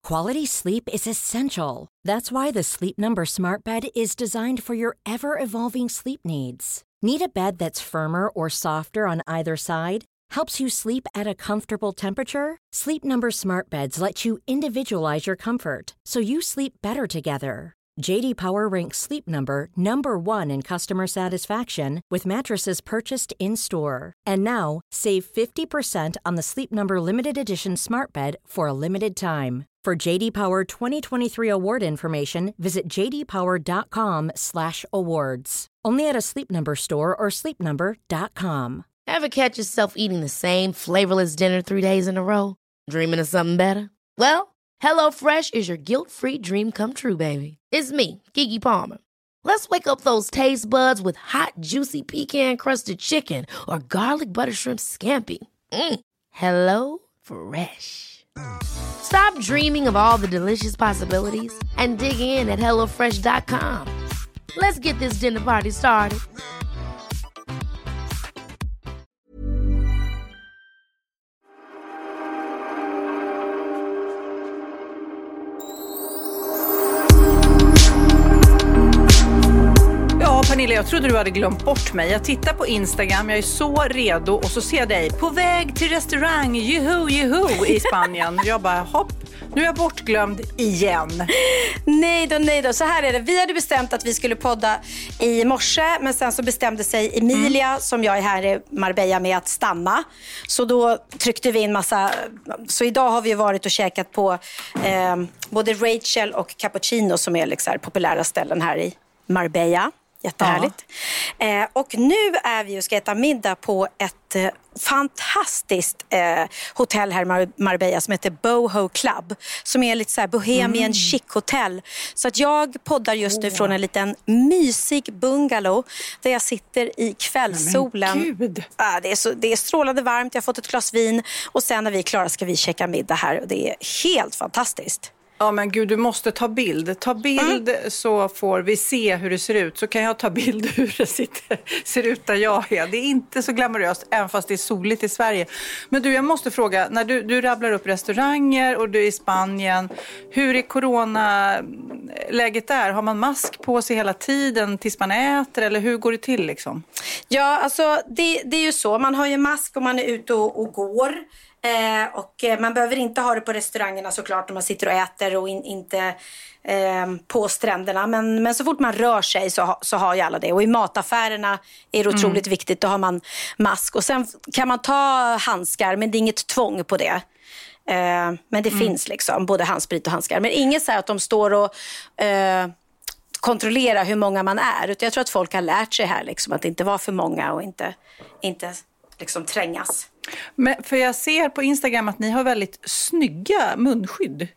Quality sleep is essential. That's why the Sleep Number Smart Bed is designed for your ever-evolving sleep needs. Need a bed that's firmer or softer on either side? Helps you sleep at a comfortable temperature? Sleep Number Smart Beds let you individualize your comfort, so you sleep better together. J.D. Power ranks Sleep Number #1 in customer satisfaction with mattresses purchased in-store. And now, save 50% on the Sleep Number Limited Edition Smart Bed for a limited time. For J.D. Power 2023 award information, visit jdpower.com/awards. Only at a Sleep Number store or sleepnumber.com. Ever catch yourself eating the same flavorless dinner 3 days in a row? Dreaming of something better? Well, HelloFresh is your guilt-free dream come true, baby. It's me, Keke Palmer. Let's wake up those taste buds with hot, juicy pecan-crusted chicken or garlic butter shrimp scampi. Hello Fresh. Stop dreaming of all the delicious possibilities and dig in at HelloFresh.com. Let's get this dinner party started. Ja, Pernilla, jag trodde du hade glömt bort mig. Jag tittar på Instagram, jag är så redo och så ser jag dig på väg till restaurang, juhu, i Spanien. Jag bara, hopp, nu är jag bortglömd igen. Nej då. Så här är det. Vi hade bestämt att vi skulle podda i morse, men sen så bestämde sig Emilia, som jag är här i Marbella med, att stanna. Så då tryckte vi in massa... Så idag har vi varit och käkat på både Rachel och Cappuccino, som är liksom populära ställen här i Marbella. Jättehärligt. Ja. Och nu är vi och ska äta middag på ett fantastiskt hotell här i Marbella som heter Boho Club, som är lite så här bohemian chic hotell. Så att jag poddar just nu från en liten mysig bungalow där jag sitter i kvällssolen. Men gud. Det är strålande varmt, jag har fått ett glas vin och sen när vi är klara ska vi käka middag här och det är helt fantastiskt. Ja, men gud, du måste ta bild. Ta bild så får vi se hur det ser ut. Så kan jag ta bild hur det ser ut där jag är. Det är inte så glamoröst, även fast det är soligt i Sverige. Men du, jag måste fråga, när du rabblar upp restauranger och du är i Spanien, hur är coronaläget där? Har man mask på sig hela tiden tills man äter, eller hur går det till liksom? Ja, alltså det är ju så. Man har ju mask om man är ute och går. Och man behöver inte ha det på restaurangerna såklart när man sitter och äter och inte på stränderna. Men så fort man rör sig så har ju alla det. Och i mataffärerna är det otroligt viktigt. Då har man mask. Och sen kan man ta handskar, men det är inget tvång på det. Men det finns liksom både handsprit och handskar. Men inget så här att de står och kontrollerar hur många man är. Utan jag tror att folk har lärt sig här liksom, att det inte var för många och inte liksom trängas. Men för jag ser på Instagram att ni har väldigt snygga munskydd.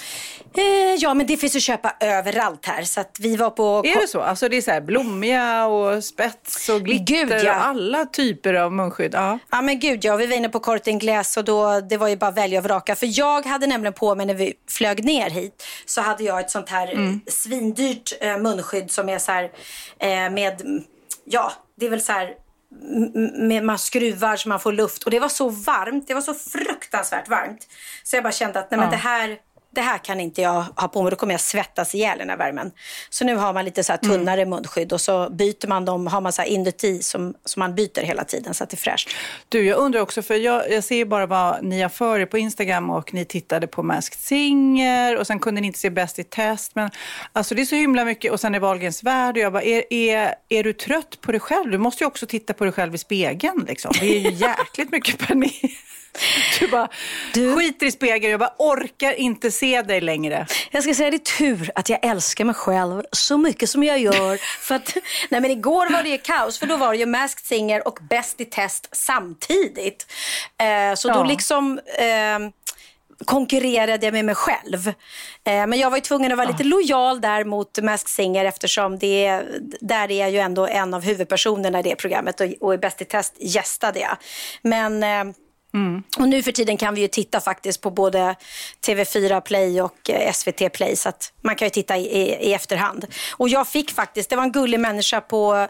Ja, men det finns att köpa överallt här. Så att vi var på... Är det så? Alltså det är så här blommiga och spets och glitter och alla typer av munskydd. Ja, men gud, vi var inne på Corte Inglés och då, det var ju bara välja och vraka. För jag hade nämligen på mig när vi flög ner hit, så hade jag ett sånt här svindyrt munskydd som är så här med... Ja, det är väl så här... man skruvar så man får luft. Och det var så varmt, det var så fruktansvärt varmt. Så jag bara kände att nej, men det här kan inte jag ha på mig. Då kommer jag svettas ihjäl den här värmen. Så nu har man lite så här tunnare munskydd. Och så byter man dem, har man så här inuti som man byter hela tiden så att det är fräscht. Du, jag undrar också, för jag ser bara vad ni har för er på Instagram. Och ni tittade på Masked Singer. Och sen kunde ni inte se Bäst i test. Men alltså det är så himla mycket. Och sen är Wahlgrens värld. Och jag bara, är du trött på dig själv? Du måste ju också titta på dig själv i spegeln liksom. Det är ju jäkligt mycket panik. Du bara skiter i spegeln. Jag bara orkar inte se dig längre. Jag ska säga, det är tur att jag älskar mig själv så mycket som jag gör. För att, nej men igår var det kaos. För då var det ju Masked Singer och Bäst i test samtidigt. Så då liksom... konkurrerade jag med mig själv. Men jag var ju tvungen att vara lite lojal där mot Masked Singer, eftersom där är jag ju ändå en av huvudpersonerna i det programmet och i Bäst i test gästade jag. Men och nu för tiden kan vi ju titta faktiskt på både TV4 Play och SVT Play, så att man kan ju titta i efterhand. Och jag fick faktiskt, det var en gullig människa på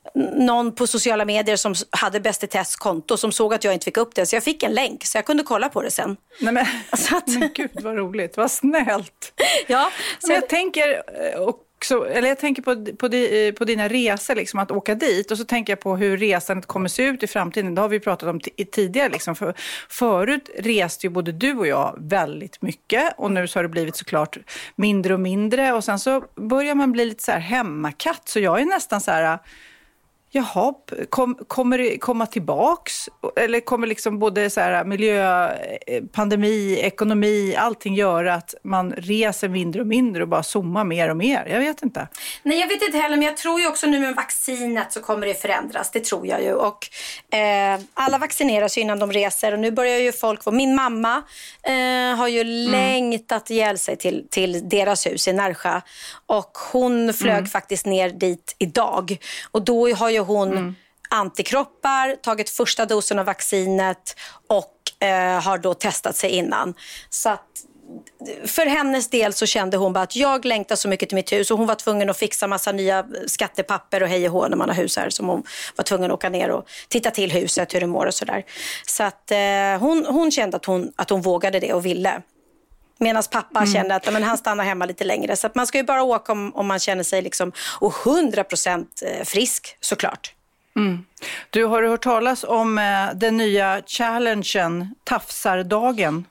någon på sociala medier som hade Bäst i Tests konto som såg att jag inte fick upp det. Så jag fick en länk så jag kunde kolla på det sen. Nej, men gud vad roligt, vad snällt. Ja, så men jag tänker också, eller jag tänker på dina resor, liksom, att åka dit. Och så tänker jag på hur resandet kommer se ut i framtiden. Det har vi pratat om tidigare. Liksom. Förut reste ju både du och jag väldigt mycket. Och nu så har det blivit såklart mindre och mindre. Och sen så börjar man bli lite så här hemmakatt. Så jag är nästan så här... Jaha, kommer det komma tillbaks? Eller kommer liksom både så här miljö, pandemi, ekonomi, allting göra att man reser mindre och mindre och bara zoomar mer och mer? Jag vet inte. Nej, jag vet inte heller, men jag tror ju också nu med vaccinet så kommer det förändras. Det tror jag ju. Och alla vaccineras ju innan de reser och nu börjar ju folk... Min mamma har ju längtat ihjäl sig till deras hus i Närsjö. Och hon flög faktiskt ner dit idag. Och då har ju hon antikroppar, tagit första dosen av vaccinet och har då testat sig innan. Så att för hennes del så kände hon bara att jag längtar så mycket till mitt hus och hon var tvungen att fixa massa nya skattepapper och hej och hå när man har hus här, som hon var tvungen att åka ner och titta till huset, hur det mår och sådär. Så att hon kände att hon vågade det och ville. Medan pappa kände att men han stannar hemma lite längre. Så att man ska ju bara åka om man känner sig liksom, och 100% frisk såklart. Du, har du hört talas om den nya challengen Tafsardagen?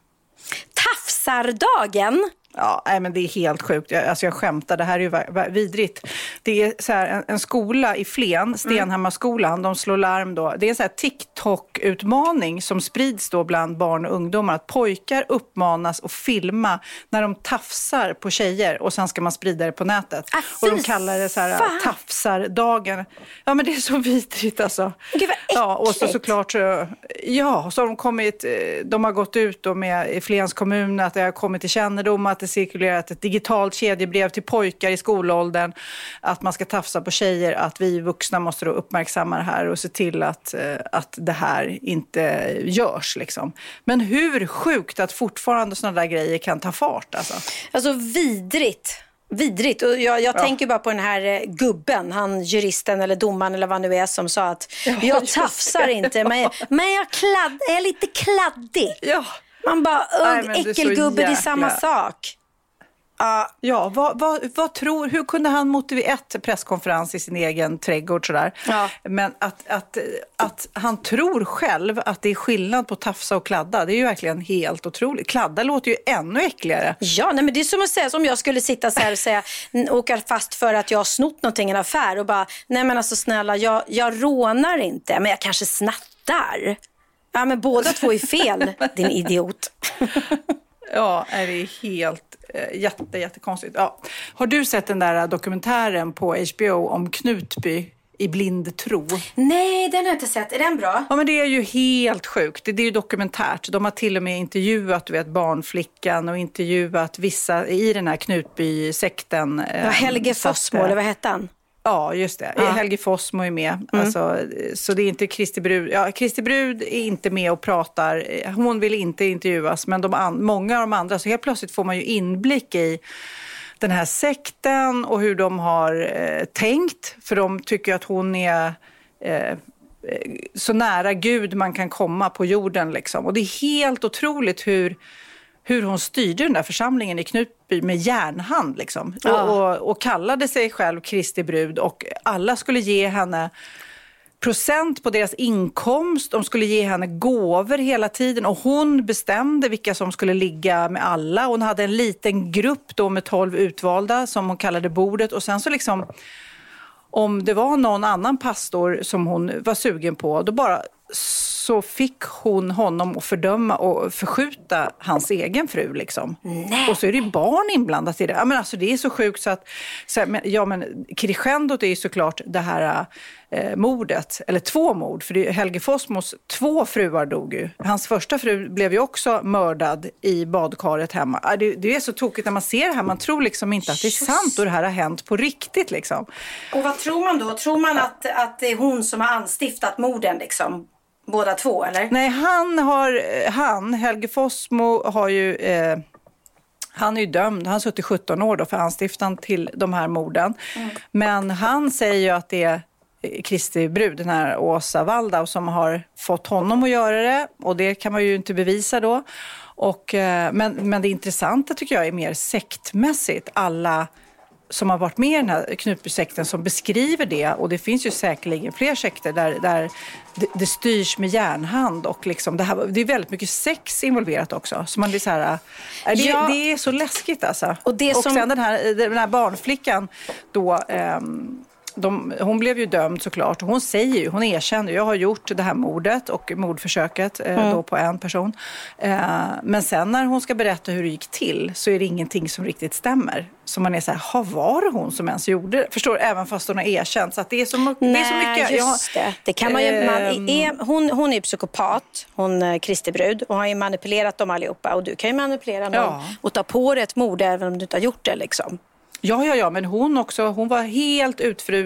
Tafsardagen? Ja, nej, men det är helt sjukt. Jag skämtar, det här är ju vidrigt. Det är så här, en skola i Flen, Stenhammarskolan, de slår larm då. Det är en så här TikTok-utmaning som sprids då bland barn och ungdomar. Att pojkar uppmanas att filma när de tafsar på tjejer och sen ska man sprida det på nätet. Och de kallar det så här Tafsardagen. Ja, men det är så vidrigt alltså. Gud, vad äckligt. Ja, och såklart så har de har gått ut då med Flens kommun att det har kommit till kännedom att det cirkulerat ett digitalt kedjebrev till pojkar i skolåldern att man ska tafsa på tjejer, att vi vuxna måste då uppmärksamma det här och se till att det här inte görs liksom. Men hur sjukt att fortfarande sådana där grejer kan ta fart alltså vidrigt. Och jag tänker bara på den här gubben, han juristen eller domaren eller vad nu är som sa att jag tafsar inte men jag är lite kladdig. Ja. Man bara, äckelgubbe, det är samma sak. Ja, vad tror, hur kunde han motivera presskonferens i sin egen trädgård sådär? Ja. Men att han tror själv att det är skillnad på tafsa och kladda, det är ju verkligen helt otroligt. Kladda låter ju ännu äckligare. Ja, nej, men det är som att säga, som jag skulle sitta så här och säga, åka fast för att jag har snott någonting i en affär och bara, nej men alltså snälla, jag rånar inte, men jag kanske snattar. Ja, men båda två är fel, din idiot. Ja, det är helt jättekonstigt. Ja. Har du sett den där dokumentären på HBO om Knutby i blind tro? Nej, den har jag inte sett. Är den bra? Ja, men det är ju helt sjukt. Det är ju dokumentärt. De har till och med intervjuat barnflickan och intervjuat vissa i den här Knutby-sekten. Ja, Helge Fossmo, eller vad hette han? Ja, just det. Ja. Helge Fossmo är med. Alltså, så det är inte Kristi Brud. Ja, Kristi Brud är inte med och pratar. Hon vill inte intervjuas. Men många av de andra, så helt plötsligt får man ju inblick i den här sekten och hur de har tänkt. För de tycker att hon är så nära Gud man kan komma på jorden. Liksom. Och det är helt otroligt hur hon styrde den där församlingen i Knutby med järnhand liksom. Och kallade sig själv Kristi Brud och alla skulle ge henne procent på deras inkomst. De skulle ge henne gåvor hela tiden och hon bestämde vilka som skulle ligga med alla. Hon hade en liten grupp då med 12 utvalda som hon kallade bordet och sen så liksom om det var någon annan pastor som hon var sugen på då bara så fick hon honom att fördöma och förskjuta hans egen fru liksom. Nej. Och så är det barn inblandat i det. Ja, men alltså det är så sjukt så att men crescendot är ju såklart det här mordet, eller 2 mord, för Helge Fossmos 2 fruar dog ju. Hans första fru blev ju också mördad i badkaret hemma. Det är så tokigt när man ser det här, man tror liksom inte att det är sant och det här har hänt på riktigt liksom. Och vad tror man då? Tror man att det är hon som har anstiftat morden liksom? Båda 2, eller? Nej, Helge Fossmo har ju... han är ju dömd, han har suttit 17 år då för anstiftan till de här morden. Men han säger ju att det Kristi brud, den här Åsa Waldau, som har fått honom att göra det. Och det kan man ju inte bevisa då. Men det intressanta tycker jag är mer sektmässigt. Alla som har varit med i den här Knutbysekten som beskriver det. Och det finns ju säkerligen fler sekter där det styrs med järnhand. Och liksom det är väldigt mycket sex involverat också. Så man blir så här, det är så läskigt alltså. Och sen den här barnflickan då... hon blev ju dömd såklart. Hon erkände, jag har gjort det här mordet och mordförsöket då på en person. Men sen när hon ska berätta hur det gick till så är det ingenting som riktigt stämmer. Så man är så här, var det hon som ens gjorde det? Förstår du? Även fast hon har erkänt. Så att det är så mycket. Just det. Det kan man ju, hon är ju psykopat, hon Kristi brud, och har ju manipulerat dem allihopa. Och du kan ju manipulera någon och ta på dig ett mord även om du inte har gjort det liksom. Ja, men hon var helt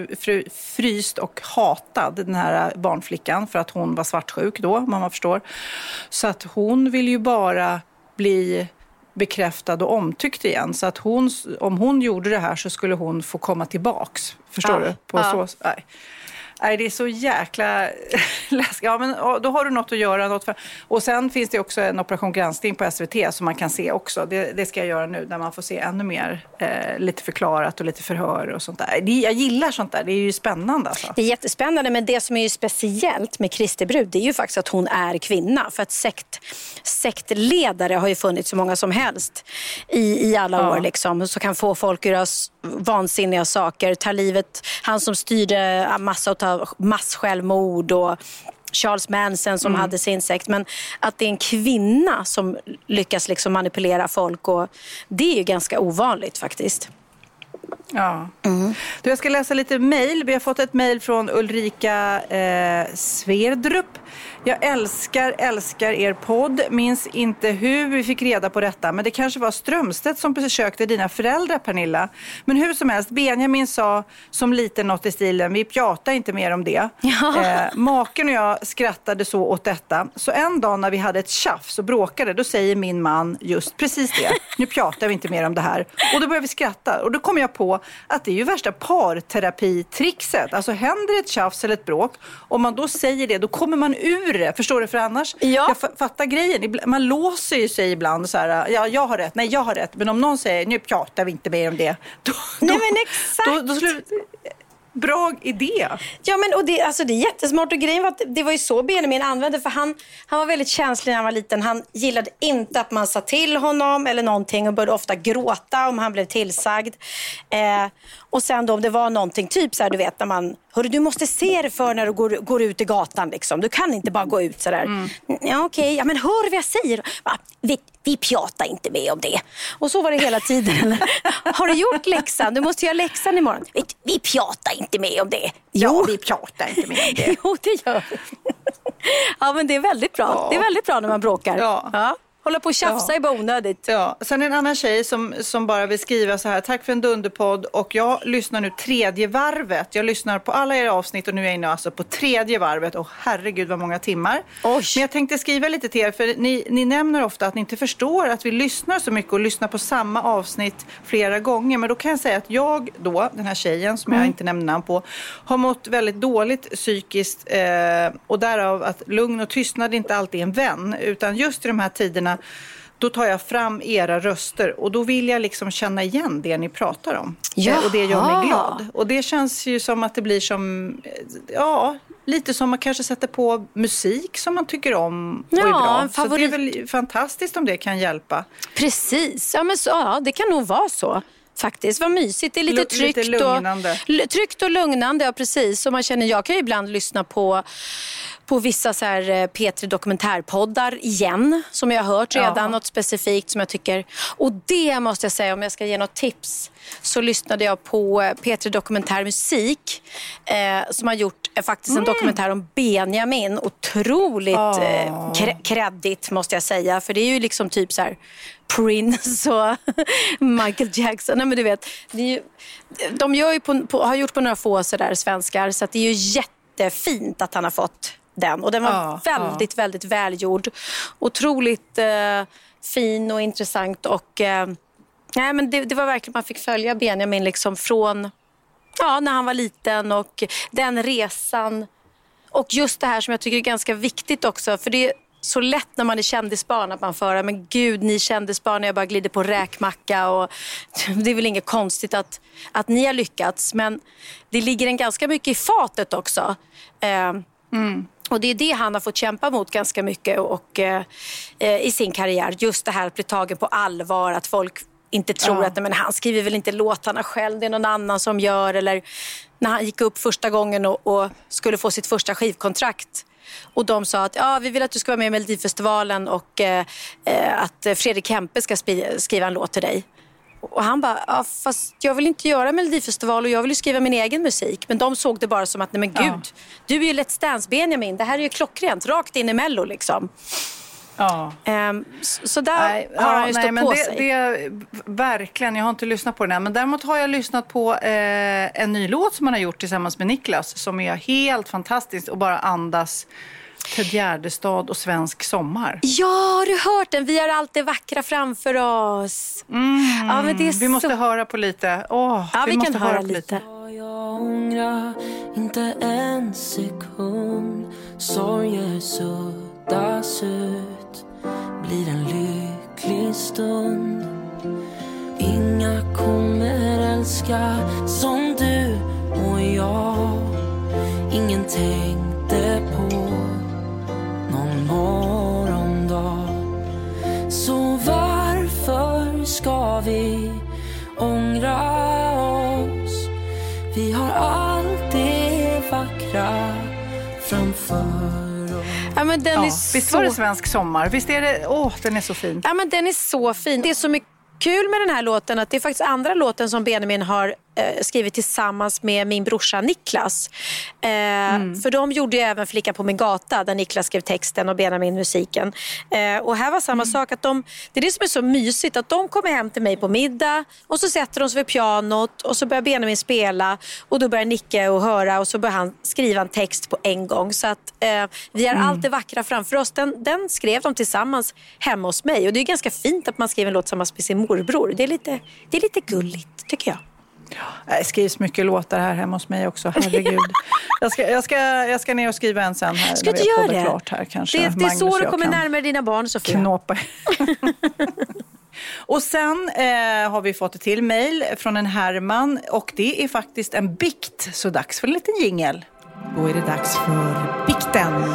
utfryst och hatad, den här barnflickan, för att hon var svartsjuk då, man förstår. Så att hon vill ju bara bli bekräftad och omtyckt igen. Så att om hon gjorde det här så skulle hon få komma tillbaks. Förstår du? Nej, det är så jäkla läskigt. Ja, men då har du något att göra. Och sen finns det också en Operation Granskning på SVT som man kan se också. Det ska jag göra nu, där man får se ännu mer lite förklarat och lite förhör och sånt där. Jag gillar sånt där, det är ju spännande alltså. Det är jättespännande, men det som är ju speciellt med Kristi brud, det är ju faktiskt att hon är kvinna. För att sektledare har ju funnits så många som helst i alla år liksom. Så kan få folk göra vansinniga saker, ta livet. Han som styrde massjälvmord och Charles Manson som hade sin sekt. Men att det är en kvinna som lyckas liksom manipulera folk, och det är ju ganska ovanligt faktiskt. Ja. Du, jag ska läsa lite mejl. Vi har fått ett mejl från Ulrika Sverdrup. Jag älskar er podd. Minns inte hur vi fick reda på detta, men det kanske var Strömstedt som besökte dina föräldrar, Pernilla. Men hur som helst, Benjamin sa som liten något i stilen, vi pratar inte mer om det. Maken och jag skrattade så åt detta. Så en dag när vi hade ett tjafs och bråkade, då säger min man just precis det. Nu pratar vi inte mer om det här. Och då börjar vi skratta. Och då kommer jag på att det är ju värsta parterapitrixet. Alltså händer ett tjafs eller ett bråk, om man då säger det, då kommer man ur det. Förstår du? För annars, jag fattar grejen. Man låser ju sig ibland så här, jag har rätt, nej jag har rätt. Men om någon säger, nu pratar vi inte mer om det. Nej men exakt. Då bra idé. Ja, men och det är jättesmart, och grejen var att det var ju så Benjamin använde, för han var väldigt känslig när han var liten. Han gillade inte att man sa till honom eller någonting, och började ofta gråta om han blev tillsagd. Och sen då om det var någonting, typ så här, du vet när man, hörru, du måste se det för när du går ut i gatan liksom. Du kan inte bara gå ut så där. Ja, okej. Ja, men hör vad jag säger. Vi pratar inte med om det. Och så var det hela tiden. Har du gjort läxan? Du måste göra läxan imorgon. Vi pratar inte med om det. Jo, vi pratar inte med om det. Jo, det gör vi. Ja, men det är väldigt bra. Ja. Det är väldigt bra när man bråkar. Ja. Hålla på och tjafsa är bara onödigt. Ja. Sen en annan tjej som bara vill skriva så här: tack för en dunderpodd, och jag lyssnar nu 3:e varvet. Jag lyssnar på alla era avsnitt och nu är jag inne alltså på 3:e varvet. Och herregud vad många timmar. Oj. Men jag tänkte skriva lite till er, för ni nämner ofta att ni inte förstår att vi lyssnar så mycket och lyssnar på samma avsnitt flera gånger. Men då kan jag säga att jag då, den här tjejen som jag inte nämner namn på, har mått väldigt dåligt psykiskt, och därav att lugn och tystnad inte alltid är en vän, utan just i de här tiderna då tar jag fram era röster och då vill jag liksom känna igen det ni pratar om. Och det gör mig glad. Och det känns ju som att det blir som, lite som man kanske sätter på musik som man tycker om och är bra. Så det är väl fantastiskt om det kan hjälpa. Precis, det kan nog vara så. Faktiskt, vad mysigt. Det är lite tryggt och lugnande, ja precis. Och man känner, jag kan ju ibland lyssna på vissa så här P3 dokumentärpoddar igen, som jag har hört redan, något specifikt som jag tycker. Och det måste jag säga, om jag ska ge något tips, så lyssnade jag på P3 dokumentärmusik som har gjort faktiskt en dokumentär om Benjamin. Otroligt kreddigt måste jag säga, för det är ju liksom typ så här Prince och Michael Jackson. Nej, men du vet, det är ju, de gör ju har gjort på några få så där svenskar, så att det är ju jättefint att han har fått den. Och den var väldigt, väldigt välgjord. Otroligt fin och intressant. Och nej, men det var verkligen, man fick följa Benjamin liksom från Ja, när han var liten och den resan. Och just det här som jag tycker är ganska viktigt också. För det är så lätt när man är kändisbarn att man för, men gud, ni kändisbarn, jag bara glider på räkmacka. Och det är väl inget konstigt att ni har lyckats. Men det ligger en ganska mycket i fatet också. Och det är det han har fått kämpa mot ganska mycket och, i sin karriär. Just det här att bli tagen på allvar, att folk inte tror att men han skriver väl inte låtarna själv, det är någon annan som gör. Eller när han gick upp första gången och skulle få sitt första skivkontrakt. Och de sa att vi vill att du ska vara med i Melodifestivalen och att Fredrik Hempe ska skriva en låt till dig. Och han bara, fast jag vill inte göra Melodifestival och jag vill ju skriva min egen musik. Men de såg det bara som att, nej men gud, du är ju Let's Dance Benjamin, det här är ju klockrent, rakt in i Mello liksom. Ja. Så där har han ju stått på sig. Det verkligen, jag har inte lyssnat på den här. Men däremot har jag lyssnat på en ny låt som han har gjort tillsammans med Niklas. Som är helt fantastisk och bara andas Ted Gärdestad och svensk sommar. Ja, har du hört den? Vi har allt det vackra framför oss. Ja, men det är vi måste höra på lite. Vi kan höra lite. Jag ångrar inte en sekund. Sorger suddas ut, blir en lycklig stund. Inga kommer älska som du och jag. Ingen tänkte på någon morgondag. Så varför ska vi ångra oss? Vi har allt det vackra framför oss. Ja, men den är visst var det svensk sommar? Visst är det, den är så fin. Ja, men den är så fin. Det är så mycket kul med den här låten att det är faktiskt andra låten som Benjamin har skrivit tillsammans med min brorsa Niklas. För de gjorde ju även Flicka på min gata där Niklas skrev texten och Benjamin musiken. Och här var samma sak att det är det som är så mysigt att de kommer hem till mig på middag och så sätter de sig vid pianot och så börjar Benjamin spela och då börjar Nicke och höra och så börjar han skriva en text på en gång. Så att vi har allt det vackra framför oss. Den skrev de tillsammans hemma hos mig och det är ganska fint att man skriver en låt tillsammans med sin morbror. Det är lite gulligt tycker jag. Det skrivs mycket låtar här hemma hos mig också, herregud. Jag ska ner och skriva en sen här. Ska du göra det? Klart här, kanske. Det är så du kommer närmare dina barn, Sofia. Knåpa. Och sen har vi fått ett till mejl från en Herman och det är faktiskt en bikt. Så dags för en liten jingle. Då är det dags för bikten.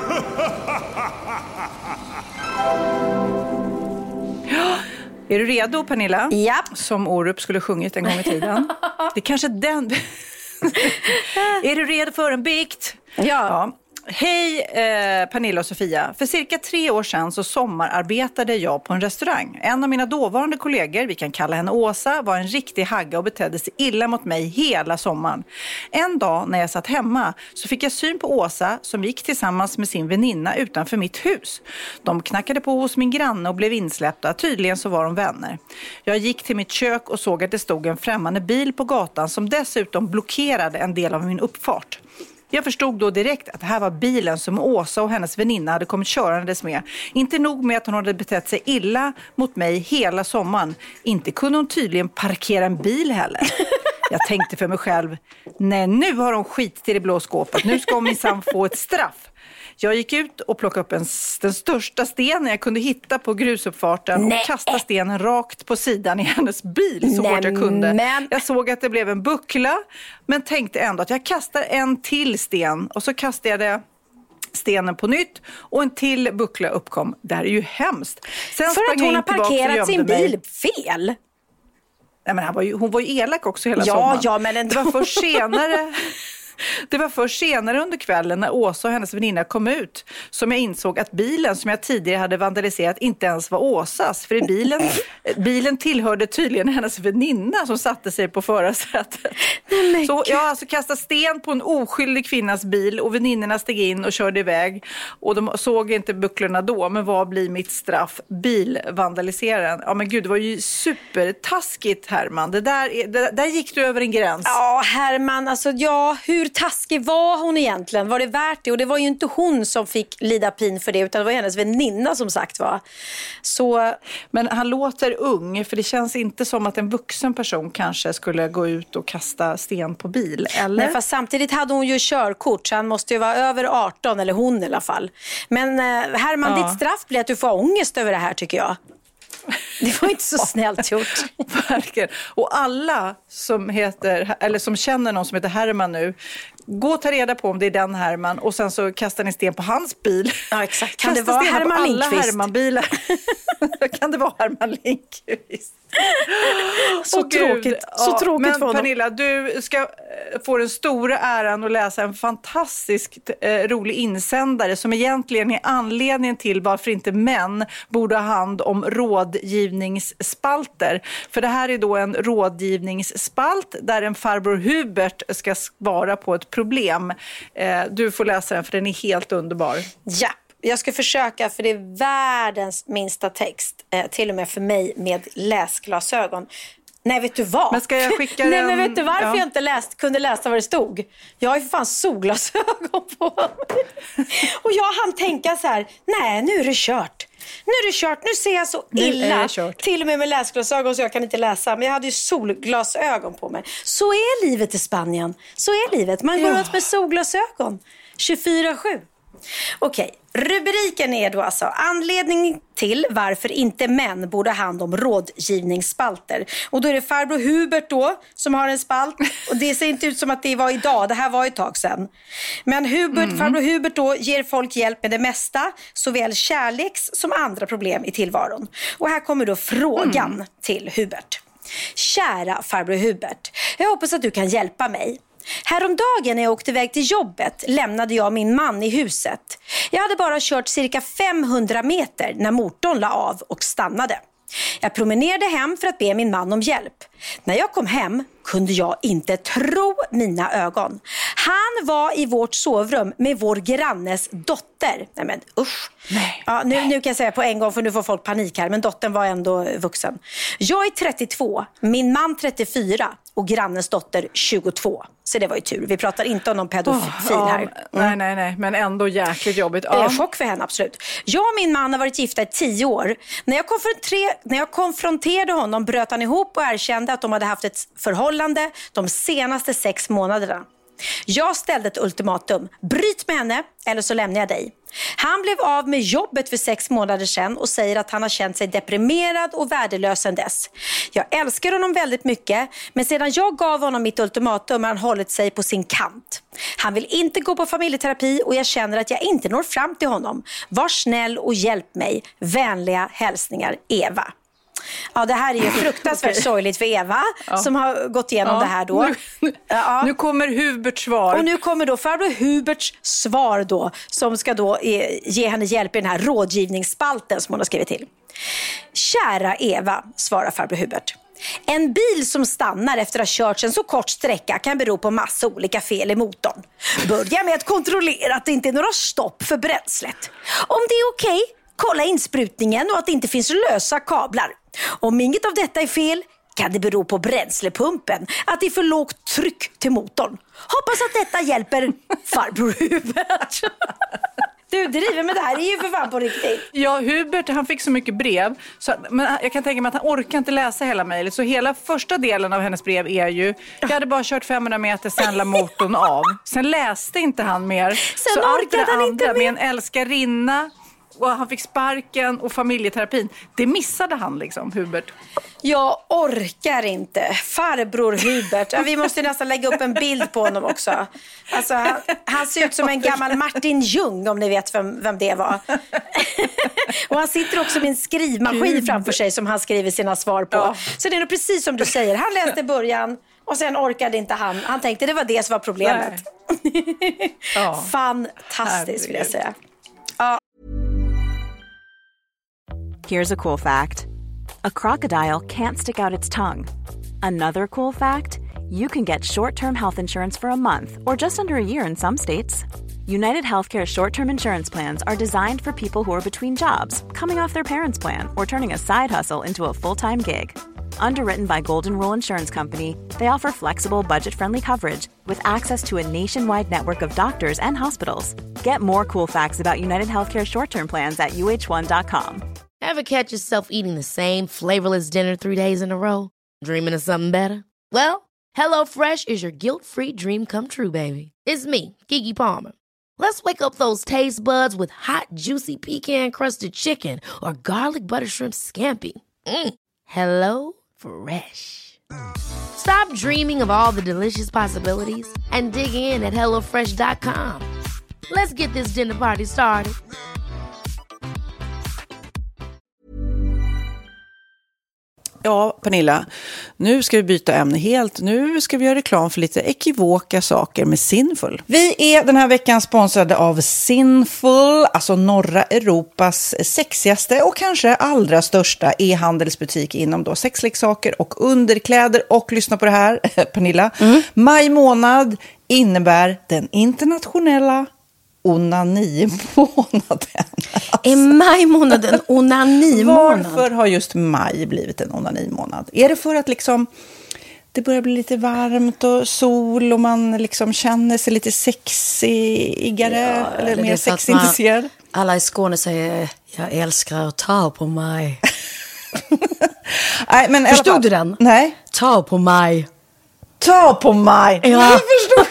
Är du redo, Pernilla? Ja. Som Orup skulle sjungit en gång i tiden. Det är kanske den. Är du redo för en bikt? Ja. Hej Pernilla och Sofia. För cirka 3 år sedan så sommararbetade jag på en restaurang. En av mina dåvarande kollegor, vi kan kalla henne Åsa, var en riktig hagga och betedde sig illa mot mig hela sommaren. En dag när jag satt hemma så fick jag syn på Åsa som gick tillsammans med sin väninna utanför mitt hus. De knackade på hos min granne och blev insläppta. Tydligen så var de vänner. Jag gick till mitt kök och såg att det stod en främmande bil på gatan som dessutom blockerade en del av min uppfart. Jag förstod då direkt att det här var bilen som Åsa och hennes väninna hade kommit körandes med. Inte nog med att hon hade betett sig illa mot mig hela sommaren. Inte kunde hon tydligen parkera en bil heller. Jag tänkte för mig själv, nej nu har hon skit till det blå skåpet. Nu ska hon minsann få ett straff. Jag gick ut och plockade upp den största stenen jag kunde hitta på grusuppfarten och kastade stenen rakt på sidan i hennes bil så hårt jag kunde. Jag såg att det blev en buckla men tänkte ändå att jag kastar en till sten och så kastade jag stenen på nytt och en till buckla uppkom. Det här är ju hemskt. Sen för att hon har parkerat sin bil fel. Nej, men hon var ju elak också hela sommaren. Ja, men ändå. Det var först senare under kvällen när Åsa och hennes väninna kom ut som jag insåg att bilen som jag tidigare hade vandaliserat inte ens var Åsas. För bilen tillhörde tydligen hennes väninna som satte sig på förarsätet. Så jag alltså kastade sten på en oskyldig kvinnas bil och väninnorna steg in och körde iväg. Och de såg inte bucklorna då, men vad blir mitt straff? Bilvandaliseraren. Ja men gud, det var ju supertaskigt Herman. Där gick du över en gräns. Ja Herman, alltså hur taskig var hon egentligen? Var det värt det? Och det var ju inte hon som fick lida pin för det, utan det var hennes väninna som sagt var. Så... Men han låter ung, för det känns inte som att en vuxen person kanske skulle gå ut och kasta sten på bil, eller? Nej, fast samtidigt hade hon ju körkort, så han måste ju vara över 18, eller hon i alla fall. Men Herman, ditt straff blir att du får ångest över det här, tycker jag. Det var inte så snällt gjort. Verkligen. Och alla som heter, eller som känner någon som heter Herman nu, gå och ta reda på om det är den Herman, och sen så kastar ni sten på hans bil. Ja, exakt. Kan det vara Herman Lindqvist? Alla Herman-bilar. Kan det vara Herman Lindqvist? Så tråkigt. Så tråkigt men för honom. Pernilla, du ska få den stora äran att läsa en fantastiskt rolig insändare som egentligen är anledningen till varför inte män borde ha hand om rådgivningsspalter. För det här är då en rådgivningsspalt där en farbror Hubert ska svara på ett problem. Du får läsa den, för den är helt underbar. Ja. Jag ska försöka, för det är världens minsta text. Till och med för mig med läsglasögon. Nej, vet du vad? Men ska jag skicka Nej, den? men vet du varför jag inte kunde läsa vad det stod? Jag har ju för fan solglasögon på. Och jag hann tänka så här: nej, nu är det kört. Nu ser jag så illa. Till och med med läsglasögon, så jag kan inte läsa. Men jag hade ju solglasögon på mig. Så är livet i Spanien. Så är livet. Man går runt med solglasögon 24/7. Okej, rubriken är då alltså anledning till varför inte män borde ha hand om rådgivningsspalter. Och då är det farbror Hubert då som har en spalt. Och det ser inte ut som att det var idag, det här var ett tag sedan. Men farbror Hubert då ger folk hjälp med det mesta, såväl kärleks som andra problem i tillvaron. Och här kommer då frågan till Hubert. Kära farbror Hubert, jag hoppas att du kan hjälpa mig. Häromdagen när jag åkte iväg till jobbet lämnade jag min man i huset. Jag hade bara kört cirka 500 meter när motorn la av och stannade. Jag promenerade hem för att be min man om hjälp. När jag kom hem kunde jag inte tro mina ögon. Han var i vårt sovrum med vår grannes dotter. Nej men usch. Ja, nu kan jag säga på en gång, för nu får folk panik här. Men dottern var ändå vuxen. Jag är 32, min man 34 och grannens dotter 22. Så det var ju tur. Vi pratar inte om någon pedofil här. Nej. Men ändå jäkligt jobbigt. Chock för henne, absolut. Jag och min man har varit gifta i 10 år. När jag konfronterade honom bröt han ihop och erkände att de hade haft ett förhållande de senaste 6 månaderna. Jag ställde ett ultimatum. Bryt med henne eller så lämnar jag dig. Han blev av med jobbet för 6 månader sedan och säger att han har känt sig deprimerad och värdelös sedan dess. Jag älskar honom väldigt mycket, men sedan jag gav honom mitt ultimatum har han hållit sig på sin kant. Han vill inte gå på familjeterapi och jag känner att jag inte når fram till honom. Var snäll och hjälp mig. Vänliga hälsningar, Eva. Ja, det här är ju fruktansvärt sorgligt för Eva som har gått igenom det här då. Nu kommer Huberts svar. Och nu kommer då farbror Huberts svar då, som ska då ge henne hjälp i den här rådgivningsspalten som hon har skrivit till. Kära Eva, svarar farbror Hubert. En bil som stannar efter att ha kört en så kort sträcka kan bero på massa olika fel i motorn. Börja med att kontrollera att det inte är några stopp för bränslet. Om det är okej, kolla insprutningen och att det inte finns lösa kablar. Om inget av detta är fel kan det bero på bränslepumpen, att det är för lågt tryck till motorn. Hoppas att detta hjälper farbror Hubert. Du driver med det här, det är ju för fan på riktigt. Ja, Hubert, han fick så mycket brev. Men jag kan tänka mig att han orkar inte läsa hela mejlet. Så hela första delen av hennes brev är ju: jag hade bara kört 500 meter, sen la motorn av. Sen läste inte han mer. Sen orkade han inte mer. Med en älskarinna. Och han fick sparken och familjeterapin. Det missade han liksom, Hubert. Jag orkar inte. Farbror Hubert. Ja, vi måste nästan lägga upp en bild på honom också. Alltså, han ser ut som en gammal Martin Ljung, om ni vet vem det var. Och han sitter också med en skrivmaskin framför sig som han skriver sina svar på. Ja. Så det är nog precis som du säger. Han läste början och sen orkade inte han. Han tänkte det var det som var problemet. Ja. Fantastiskt vill jag säga. Ja. Here's a cool fact. A crocodile can't stick out its tongue. Another cool fact, you can get short-term health insurance for a month or just under a year in some states. United Healthcare short-term insurance plans are designed for people who are between jobs, coming off their parents' plan, or turning a side hustle into a full-time gig. Underwritten by Golden Rule Insurance Company, They offer flexible, budget-friendly coverage with access to a nationwide network of doctors and hospitals. Get more cool facts about United Healthcare short-term plans at uh1.com. Ever catch yourself eating the same flavorless dinner 3 days in a row? Dreaming of something better? Well, HelloFresh is your guilt-free dream come true, baby. It's me, Keke Palmer. Let's wake up those taste buds with hot, juicy pecan-crusted chicken or garlic butter shrimp scampi. Hello Fresh. Stop dreaming of all the delicious possibilities and dig in at HelloFresh.com. Let's get this dinner party started. Ja, Pernilla, nu ska vi byta ämne helt. Nu ska vi göra reklam för lite ekivoka saker med Sinful. Vi är den här veckan sponsrade av Sinful, alltså norra Europas sexigaste och kanske allra största e-handelsbutik inom då sexleksaker och underkläder. Och lyssna på det här, Pernilla. Maj månad innebär den internationella onani-månaden. Är maj-månad en onani-månad? Varför har just maj blivit en onani-månad? Är det för att liksom det börjar bli lite varmt och sol och man liksom känner sig lite sexigare eller mer sexintresserad? Alla i Skåne säger jag älskar att ta på mig. Nej, men förstod du den? Nej. Ta på mig. Ta på mig. Ja. Jag förstår.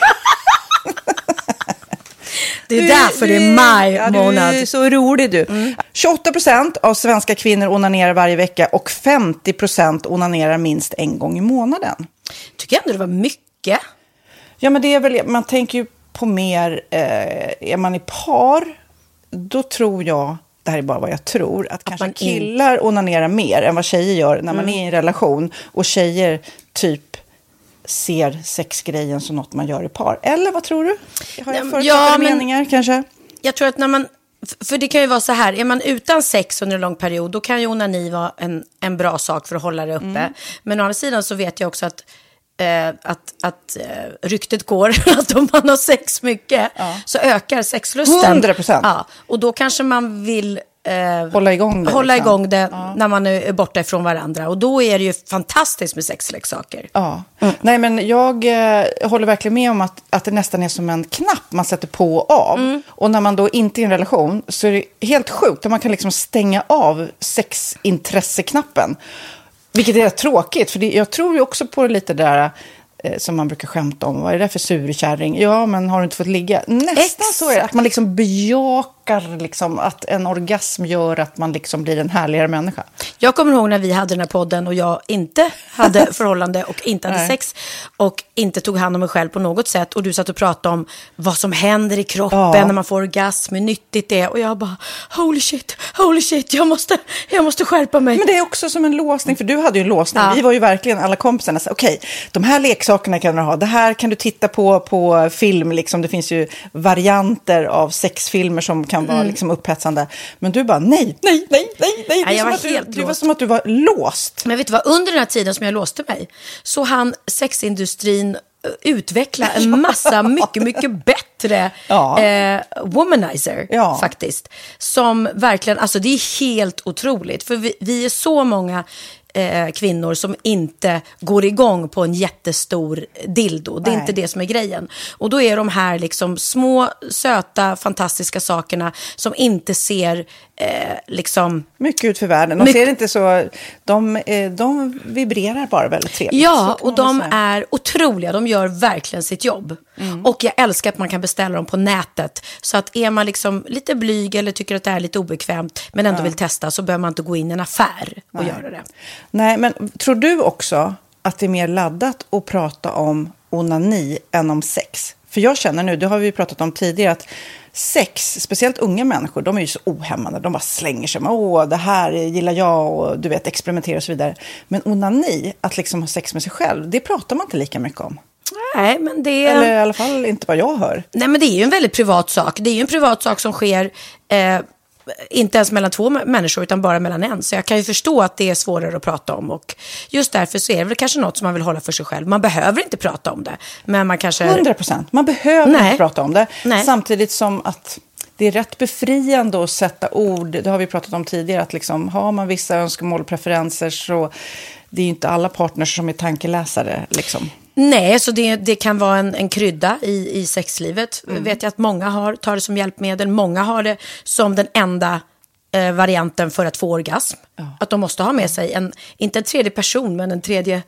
Det är därför det är maj månad. Du är så rolig du. 28% av svenska kvinnor onanerar varje vecka och 50% onanerar minst en gång i månaden. Tycker jag ändå det var mycket. Ja, men det är väl, man tänker ju på mer, är man i par, då tror jag, det här är bara vad jag tror, att kanske killar onanerar mer än vad tjejer gör när man är i en relation. Och tjejer typ ser sexgrejen som något man gör i par. Eller vad tror du? Har jag förutsatta meningar kanske? Jag tror att när man, för det kan ju vara så här, är man utan sex under en lång period, då kan ju onani vara en bra sak för att hålla det uppe. Men å andra sidan så vet jag också att ryktet går att om man har sex mycket så ökar sexlusten. 100%. Ja, och då kanske man vill hålla igång det när man är borta ifrån varandra. Och då är det ju fantastiskt med sexleksaker. Ja. Nej, men jag håller verkligen med om att det nästan är som en knapp man sätter på och av. Och när man då inte är i en relation så är det helt sjukt att man kan liksom stänga av sexintresseknappen. Vilket är tråkigt, för jag tror ju också på lite där som man brukar skämta om. Vad är det för surkärring? Ja, men har du inte fått ligga? Nästan så är det. Att man liksom bejakar liksom, att en orgasm gör att man liksom blir en härligare människa. Jag kommer ihåg när vi hade den här podden och jag inte hade förhållande och inte hade sex och inte tog hand om mig själv på något sätt. Och du satt och pratade om vad som händer i kroppen när man får orgasm, hur nyttigt det är. Och jag bara, holy shit, jag måste skärpa mig. Men det är också som en låsning, för du hade ju en låsning. Vi var ju verkligen alla kompisarna. Okej, de här leksakerna kan du ha. Det här kan du titta på film. Liksom. Det finns ju varianter av sexfilmer som kan vara liksom upphetsande. Men du bara, nej. Det var som att du var låst. Men vet du vad, under den här tiden som jag låste mig så hann sexindustrin utveckla en massa mycket bättre womanizer faktiskt. Som verkligen, alltså det är helt otroligt. För vi är så många kvinnor som inte går igång på en jättestor dildo. Det är inte det som är grejen. Och då är de här liksom små, söta, fantastiska sakerna som inte ser liksom mycket ut för världen. De ser inte så, de vibrerar bara väldigt trevligt. Ja, och de är otroliga. De gör verkligen sitt jobb. Och jag älskar att man kan beställa dem på nätet. Så att är man liksom lite blyg eller tycker att det är lite obekvämt men ändå vill testa, så behöver man inte gå in i en affär och göra det. Nej, men tror du också att det är mer laddat att prata om onani än om sex? För jag känner nu, det har vi pratat om tidigare, att sex, speciellt unga människor, de är ju så ohämmade. De bara slänger sig med, det här gillar jag och du vet, experimentera och så vidare. Men onani, att liksom ha sex med sig själv, det pratar man inte lika mycket om. Nej, men det är... Eller i alla fall inte vad jag hör. Nej, men det är ju en väldigt privat sak. Det är ju en privat sak som sker inte ens mellan två människor utan bara mellan en. Så jag kan ju förstå att det är svårare att prata om. Och just därför så är det väl kanske något som man vill hålla för sig själv. Man behöver inte prata om det. Men man kanske... 100%. Man behöver inte prata om det. Nej. Samtidigt som att det är rätt befriande att sätta ord. Det har vi pratat om tidigare, att liksom, har man vissa önskemål och preferenser så det är ju inte alla partners som är tankeläsare. Liksom. Nej, så det kan vara en krydda i sexlivet. Vet jag att många tar det som hjälpmedel. Många har det som den enda varianten för att få orgasm. Ja. Att de måste ha med sig inte en tredje person, men en tredje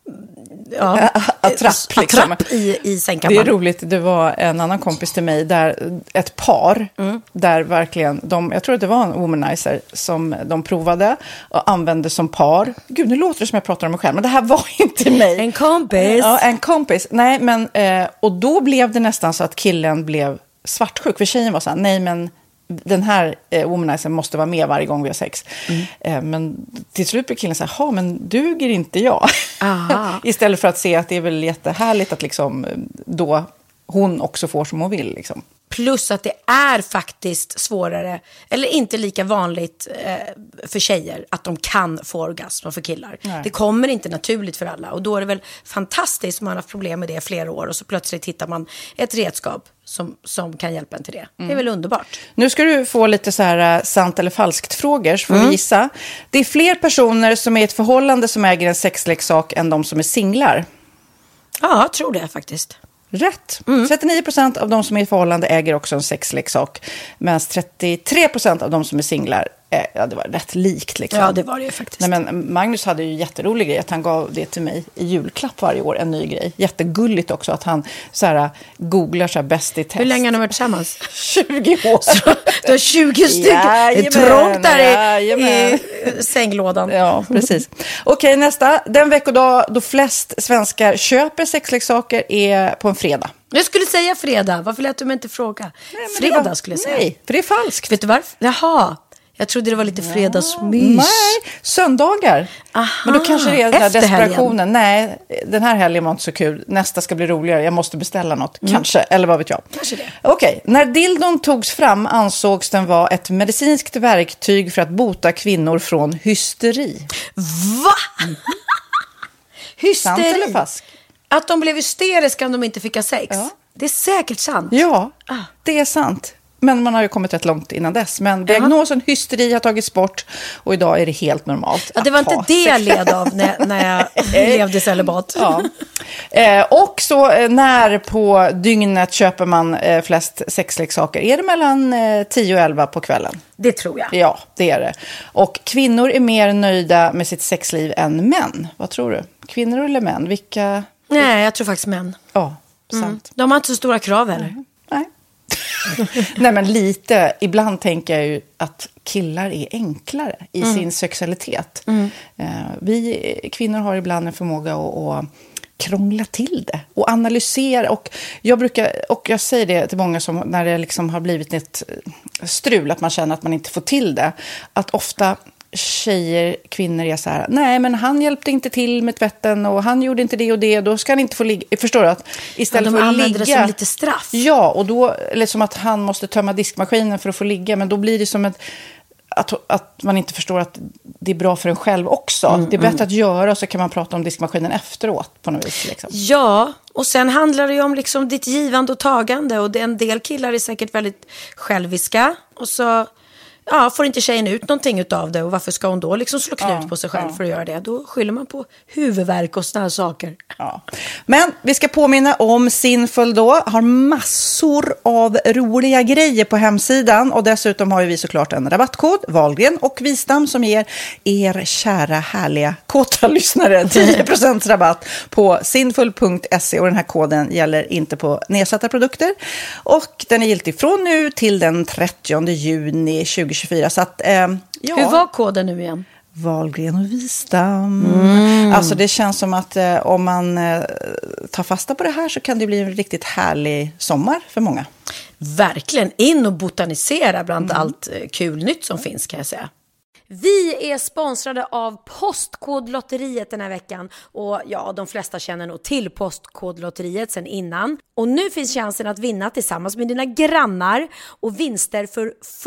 attrapp i sängkammaren. Det är roligt, det var en annan kompis till mig där ett par där verkligen jag tror att det var en womanizer som de provade och använde som par. Gud, nu låter det som jag pratar om mig själv, men det här var inte mig. En kompis. Ja, en kompis. Nej, men och då blev det nästan så att killen blev svartsjuk, för tjejen var så här, nej men den här womanizern måste vara med varje gång vi har sex. Men till slut blir killen så här, men duger inte jag? Istället för att se att det är väl jättehärligt att liksom, då hon också får som hon vill. Liksom. Plus att det är faktiskt svårare, eller inte lika vanligt för tjejer att de kan få orgasm för killar. Nej. Det kommer inte naturligt för alla. Och då är det väl fantastiskt om man har haft problem med det i flera år och så plötsligt hittar man ett redskap som kan hjälpa en till det. Det är väl underbart. Nu ska du få lite så här sant eller falskt frågor, så får vi gissa. Det är fler personer som är i ett förhållande som äger en sexleksak än de som är singlar. Ja, jag tror det faktiskt. Rätt. 39% av de som är i förhållande äger också en sexleksak. Medan 33% av de som är singlar, det var rätt likt. Liksom. Ja, det var det ju faktiskt. Nej, men Magnus hade ju jätterolig grej att han gav det till mig i julklapp varje år, en ny grej. Jättegulligt också att han så här, googlar så här bäst i test. Hur länge har ni varit tillsammans? 20 år. Så, du har 20 stycken. Det är trångt där i sänglådan. Ja, precis. Okej, nästa. Den veckodag då flest svenskar köper sexleksaker är på en fredag. Jag skulle säga fredag. Varför lät du mig inte fråga? Nej, fredag skulle jag säga. Nej, för det är falskt. Vet du varför? Jaha. Jag trodde det var lite fredagsmys. Nej, söndagar. Aha, men då kanske det är den här desperationen. Helgen. Nej, den här helgen var inte så kul. Nästa ska bli roligare. Jag måste beställa något. Kanske, eller vad vet jag. Kanske det. Okej, när dildon togs fram ansågs den vara ett medicinskt verktyg för att bota kvinnor från hysteri. Va? Hysteri? Sant eller falskt? Att de blev hysteriska om de inte fick ha sex. Ja. Det är säkert sant. Ja, det är sant. Men man har ju kommit rätt långt innan dess. Men diagnosen hysteri har tagits bort och idag är det helt normalt. Ja, det var inte det jag led av när jag levde celibat. Ja. Och så när på dygnet köper man flest sexleksaker? Är det mellan 10 och 11 på kvällen? Det tror jag. Ja, det är det. Och kvinnor är mer nöjda med sitt sexliv än män. Vad tror du? Kvinnor eller män? Vilka? Nej, jag tror faktiskt män. Ja, sant. De har inte så stora krav heller. Nej. Nej, men lite. Ibland tänker jag ju att killar är enklare i sin sexualitet. Vi kvinnor har ibland en förmåga att krångla till det och analysera. Och jag säger det till många som när det liksom har blivit ett strul, att man känner att man inte får till det. Att ofta kvinnor är så här, nej men han hjälpte inte till med tvätten och han gjorde inte det och det, då ska han inte få ligga. Förstår du? Att istället för att ligga, det som lite straff. Ja, och då eller som att han måste tömma diskmaskinen för att få ligga, men då blir det som att man inte förstår att det är bra för en själv också. Det är bättre att göra, så kan man prata om diskmaskinen efteråt på något vis. Liksom. Ja, och sen handlar det ju om liksom ditt givande och tagande, och en del killar är säkert väldigt själviska och så får inte tjejen ut någonting av det, och varför ska hon då liksom slå knut på sig själv för att göra det? Då skyller man på huvudvärk och såna här saker. Ja. Men vi ska påminna om Sinful då, har massor av roliga grejer på hemsidan, och dessutom har ju vi såklart en rabattkod, Wahlgren och Wistam, som ger er kära härliga kåta lyssnare 10% rabatt på sinful.se, och den här koden gäller inte på nedsatta produkter, och den är giltig från nu till den 30 juni 2024. Så att, Hur var koden nu igen? Wahlgren och Wistam. Alltså det känns som att om man tar fasta på det här så kan det bli en riktigt härlig sommar för många. Verkligen, in och botanisera bland allt kul nytt som finns, kan jag säga. Vi är sponsrade av Postkodlotteriet den här veckan, och de flesta känner nog till Postkodlotteriet sedan innan. Och nu finns chansen att vinna tillsammans med dina grannar, och vinster för 40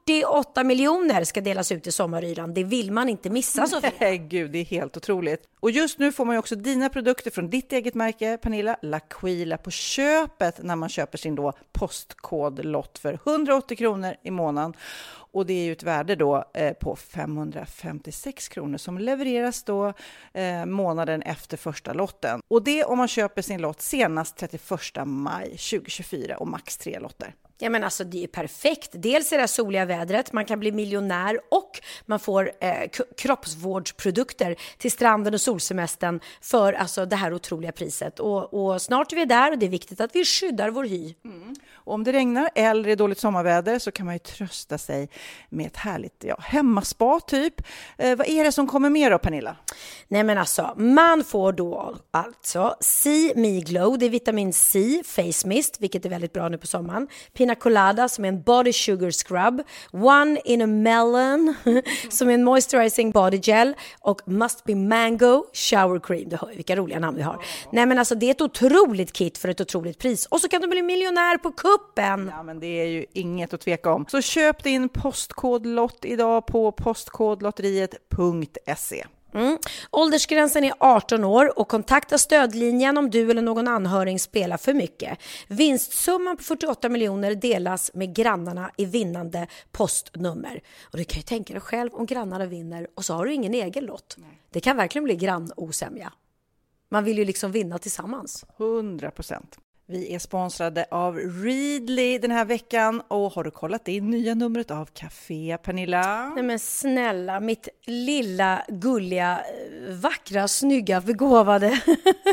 48 miljoner ska delas ut i sommaryran. Det vill man inte missa, Sofia. Gud, det är helt otroligt. Och just nu får man ju också dina produkter från ditt eget märke, Pernilla, L'Aquila, på köpet när man köper sin då postkodlott för 180 kronor i månaden. Och det är ju ett värde då på 556 kronor som levereras då månaden efter första lotten. Och det om man köper sin lott senast 31 maj 2024 och max 3 lotter. Ja, men alltså det är perfekt. Dels är det soliga vädret, man kan bli miljonär och man får kroppsvårdsprodukter till stranden och solsemestern för alltså det här otroliga priset. Och snart är vi där och det är viktigt att vi skyddar vår hy. Och om det regnar eller är dåligt sommarväder så kan man ju trösta sig med ett härligt hemmaspa typ. Vad är det som kommer med då, Pernilla? Nej, men alltså man får då alltså See Me Glow, det är vitamin C face mist, vilket är väldigt bra nu på sommaren. Pina Colada som är en body sugar scrub, One in a Melon som är en moisturizing body gel och Must Be Mango shower cream. Du hör vilka roliga namn vi har. Nej, men alltså det är ett otroligt kit för ett otroligt pris. Och så kan du bli miljonär på kuppen. Ja, men det är ju inget att tveka om. Så köp din postkodlott idag på postkodlotteriet.se. Åldersgränsen är 18 år och kontakta stödlinjen om du eller någon anhörig spelar för mycket. Vinstsumman på 48 miljoner delas med grannarna i vinnande postnummer. Och du kan ju tänka dig själv om grannarna vinner och så har du ingen egen lott. Nej. Det kan verkligen bli grannosämja. Man vill ju liksom vinna tillsammans. 100%. Vi är sponsrade av Readly den här veckan och har du kollat in nya numret av Café, Pernilla? Nej men snälla, mitt lilla, gulliga, vackra, snygga, begåvade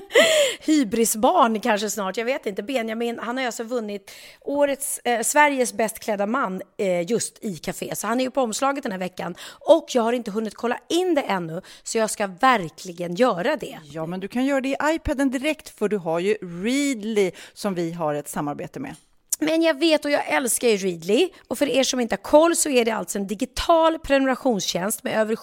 hybrisbarn kanske snart, jag vet inte. Benjamin, han har alltså vunnit årets Sveriges bäst klädda man just i Café. Så han är ju på omslaget den här veckan och jag har inte hunnit kolla in det ännu så jag ska verkligen göra det. Ja, men du kan göra det i iPaden direkt för du har ju Readly som vi har ett samarbete med. Men jag vet och jag älskar ju Readly och för er som inte har koll så är det alltså en digital prenumerationstjänst med över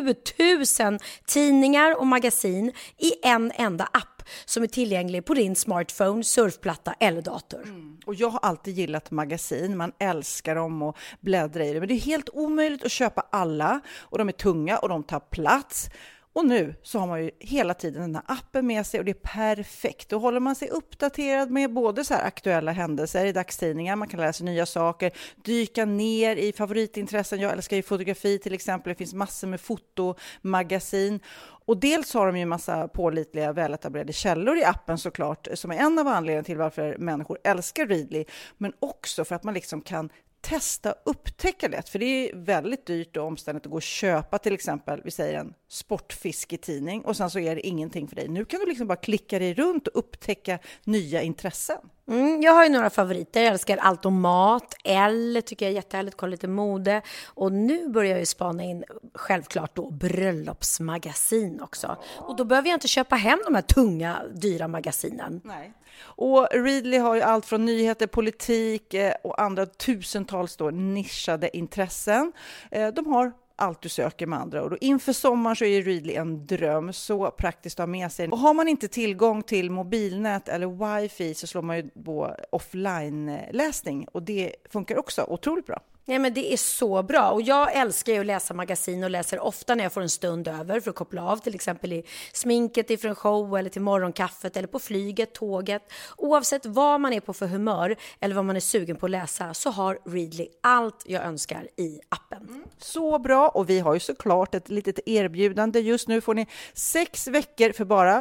7000 tidningar och magasin i en enda app som är tillgänglig på din smartphone, surfplatta eller dator. Och jag har alltid gillat magasin, man älskar dem och bläddra i det, men det är helt omöjligt att köpa alla och de är tunga och de tar plats. Och nu så har man ju hela tiden den här appen med sig och det är perfekt. Då håller man sig uppdaterad med både så här aktuella händelser i dagstidningar, man kan läsa nya saker, dyka ner i favoritintressen. Jag älskar ju fotografi till exempel, det finns massor med fotomagasin. Och dels har de ju en massa pålitliga, väletablerade källor i appen såklart, som är en av anledningarna till varför människor älskar Readly. Men också för att man liksom kan testa upptäcka lätt, för det är väldigt dyrt och omständigt att gå och köpa till exempel, vi säger en sportfisketidning och sen så är det ingenting för dig. Nu kan du liksom bara klicka dig runt och upptäcka nya intressen. Jag har ju några favoriter. Jag älskar allt om mat. Elle tycker jag är jättehärligt. Kolla lite mode. Och nu börjar jag ju spana in självklart då bröllopsmagasin också. Och då behöver jag inte köpa hem de här tunga, dyra magasinen. Nej. Och Readly har ju allt från nyheter, politik och andra tusentals då nischade intressen. De har allt du söker med andra. Och då inför sommaren så är Readly en dröm, så praktiskt att ha med sig. Och har man inte tillgång till mobilnät eller wifi så slår man ju på offline-läsning. Och det funkar också otroligt bra. Ja, men det är så bra och jag älskar ju att läsa magasin och läser ofta när jag får en stund över för att koppla av, till exempel i sminket ifrån show eller till morgonkaffet eller på flyget, tåget. Oavsett vad man är på för humör eller vad man är sugen på att läsa så har Readly allt jag önskar i appen. Så bra, och vi har ju såklart ett litet erbjudande. Just nu får ni 6 veckor för bara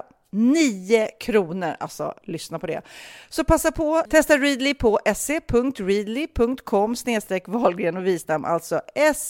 9 kronor, alltså lyssna på det. Så passa på, testa Readly på se.readly.com/Wahlgren och Wistam, alltså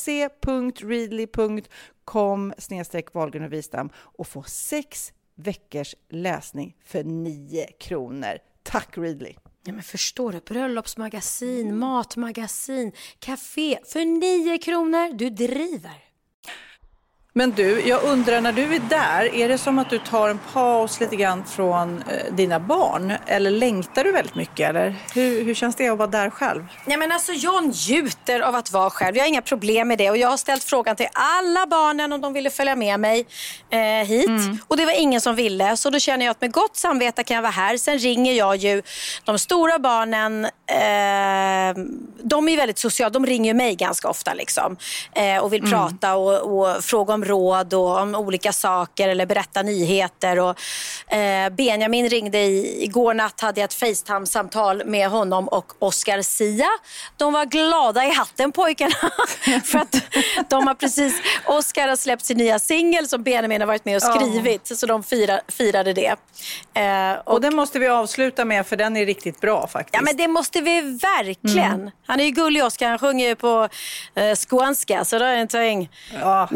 se.readly.com/Wahlgren och Wistam och få 6 veckors läsning för 9 kronor. Tack Readly! Ja, men förstår du? Bröllopsmagasin, matmagasin, café för 9 kronor. Du driver. Men du, jag undrar när du är där, är det som att du tar en paus lite grann från dina barn? Eller längtar du väldigt mycket? Eller hur känns det att vara där själv? Ja, men alltså, jag njuter av att vara själv. Jag har inga problem med det. Och jag har ställt frågan till alla barnen om de ville följa med mig hit. Och det var ingen som ville. Så då känner jag att med gott samvete kan jag vara här. Sen ringer jag ju de stora barnen. De är väldigt sociala. De ringer mig ganska ofta liksom. Och vill prata och fråga om råd och om olika saker eller berätta nyheter. Och Benjamin ringde igår natt, hade jag ett FaceTime-samtal med honom och Oscar Sia. De var glada i hatten, pojkarna. För att de har precis, Oscar har släppt sin nya singel som Benjamin har varit med och skrivit. Så de firade det. Och den måste vi avsluta med, för den är riktigt bra faktiskt. Ja, men det måste vi verkligen. Han är ju gullig, Oscar. Han sjunger ju på skånska, så det är ingenting. Ja.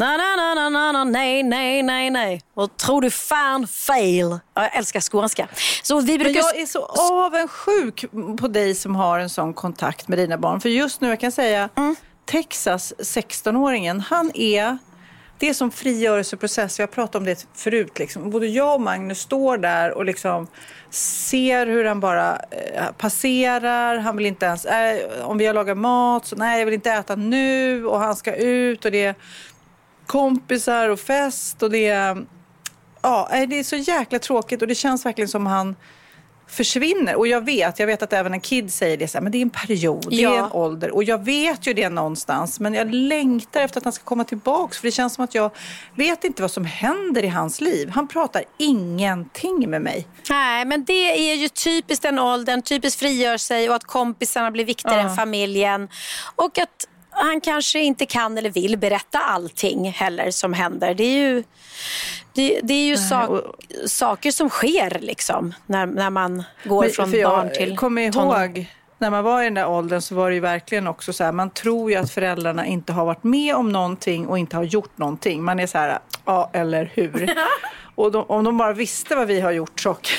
Nej. Och tror du fan fel. Jag älskar skånska. Så vi brukar... Men jag är så avundsjuk på dig som har en sån kontakt med dina barn. För just nu, jag kan säga, Texas, 16-åringen, han är... Det är som frigörelseprocess. Jag pratade om det förut. Liksom. Både jag och Magnus står där och liksom ser hur han bara passerar. Han vill inte ens... om vi har lagat mat så nej, jag vill inte äta nu. Och han ska ut och det är kompisar och fest. Och det är... Ja, det är så jäkla tråkigt och det känns verkligen som han försvinner. Och jag vet att även en kid säger det så här, men det är en period, det är en ålder. Och jag vet ju det någonstans, men jag längtar efter att han ska komma tillbaka. För det känns som att jag vet inte vad som händer i hans liv. Han pratar ingenting med mig. Nej, men det är ju typiskt den åldern, typiskt frigör sig och att kompisarna blir viktigare än familjen. Och att han kanske inte kan eller vill berätta allting heller som händer. Det är ju saker som sker liksom när man går från barn till jag kommer ihåg när man var i den där åldern, så var det ju verkligen också så här, man tror ju att föräldrarna inte har varit med om någonting och inte har gjort någonting. Man är så här, ja eller hur? Och om de bara visste vad vi har gjort saker.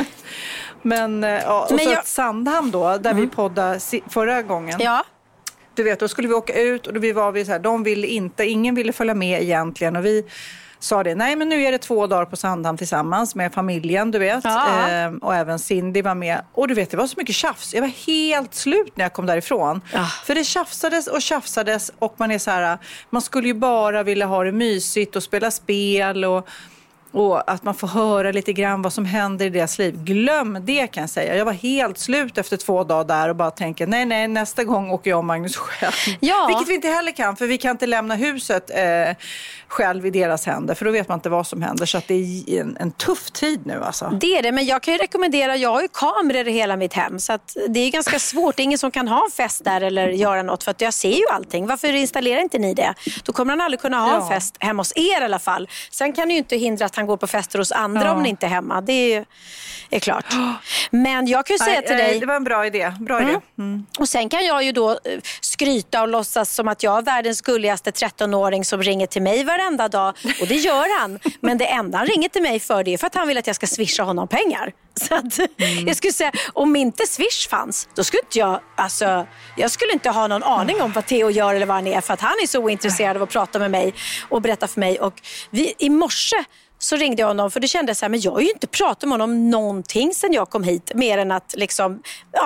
Men Sandhamn då, där vi poddade förra gången. Ja. Du vet, då skulle vi åka ut och då var vi så här, ingen ville följa med egentligen, och vi sa det, nej men nu är det 2 dagar på Sandhamn tillsammans med familjen, du vet. Och även Cindy var med. Och du vet, det var så mycket tjafs. Jag var helt slut när jag kom därifrån. För det tjafsades och man är så här, man skulle ju bara vilja ha det mysigt och spela spel och att man får höra lite grann vad som händer i deras liv. Glöm det, kan jag säga. Jag var helt slut efter 2 dagar där och bara tänker, nej, nästa gång åker jag och Magnus själv. Ja. Vilket vi inte heller kan, för vi kan inte lämna huset själv i deras händer, för då vet man inte vad som händer. Så att det är en tuff tid nu alltså. Det är det, men jag kan ju rekommendera, jag har ju kameror i hela mitt hem, så att det är ganska svårt. Det är ingen som kan ha en fest där eller göra något, för att jag ser ju allting. Varför installerar inte ni det? Då kommer han aldrig kunna ha en fest hemma hos er i alla fall. Sen kan det ju inte hindra att han går på fester hos andra om ni inte är hemma. Det är klart. Men jag kan ju säga till dig... Det var en bra idé. Idé. Och sen kan jag ju då skryta och låtsas som att jag är världens gulligaste 13-åring som ringer till mig varenda dag. Och det gör han. Men det enda han ringer till mig för, det är för att han vill att jag ska swisha honom pengar. Så att jag skulle säga, om inte Swish fanns, då skulle inte jag skulle inte ha någon aning om vad Theo gör eller vad han är, för att han är så ointresserad av att prata med mig och berätta för mig. Och i morse så ringde jag honom, för det kändes så här, men jag har ju inte pratat med honom någonting sedan jag kom hit, mer än att liksom,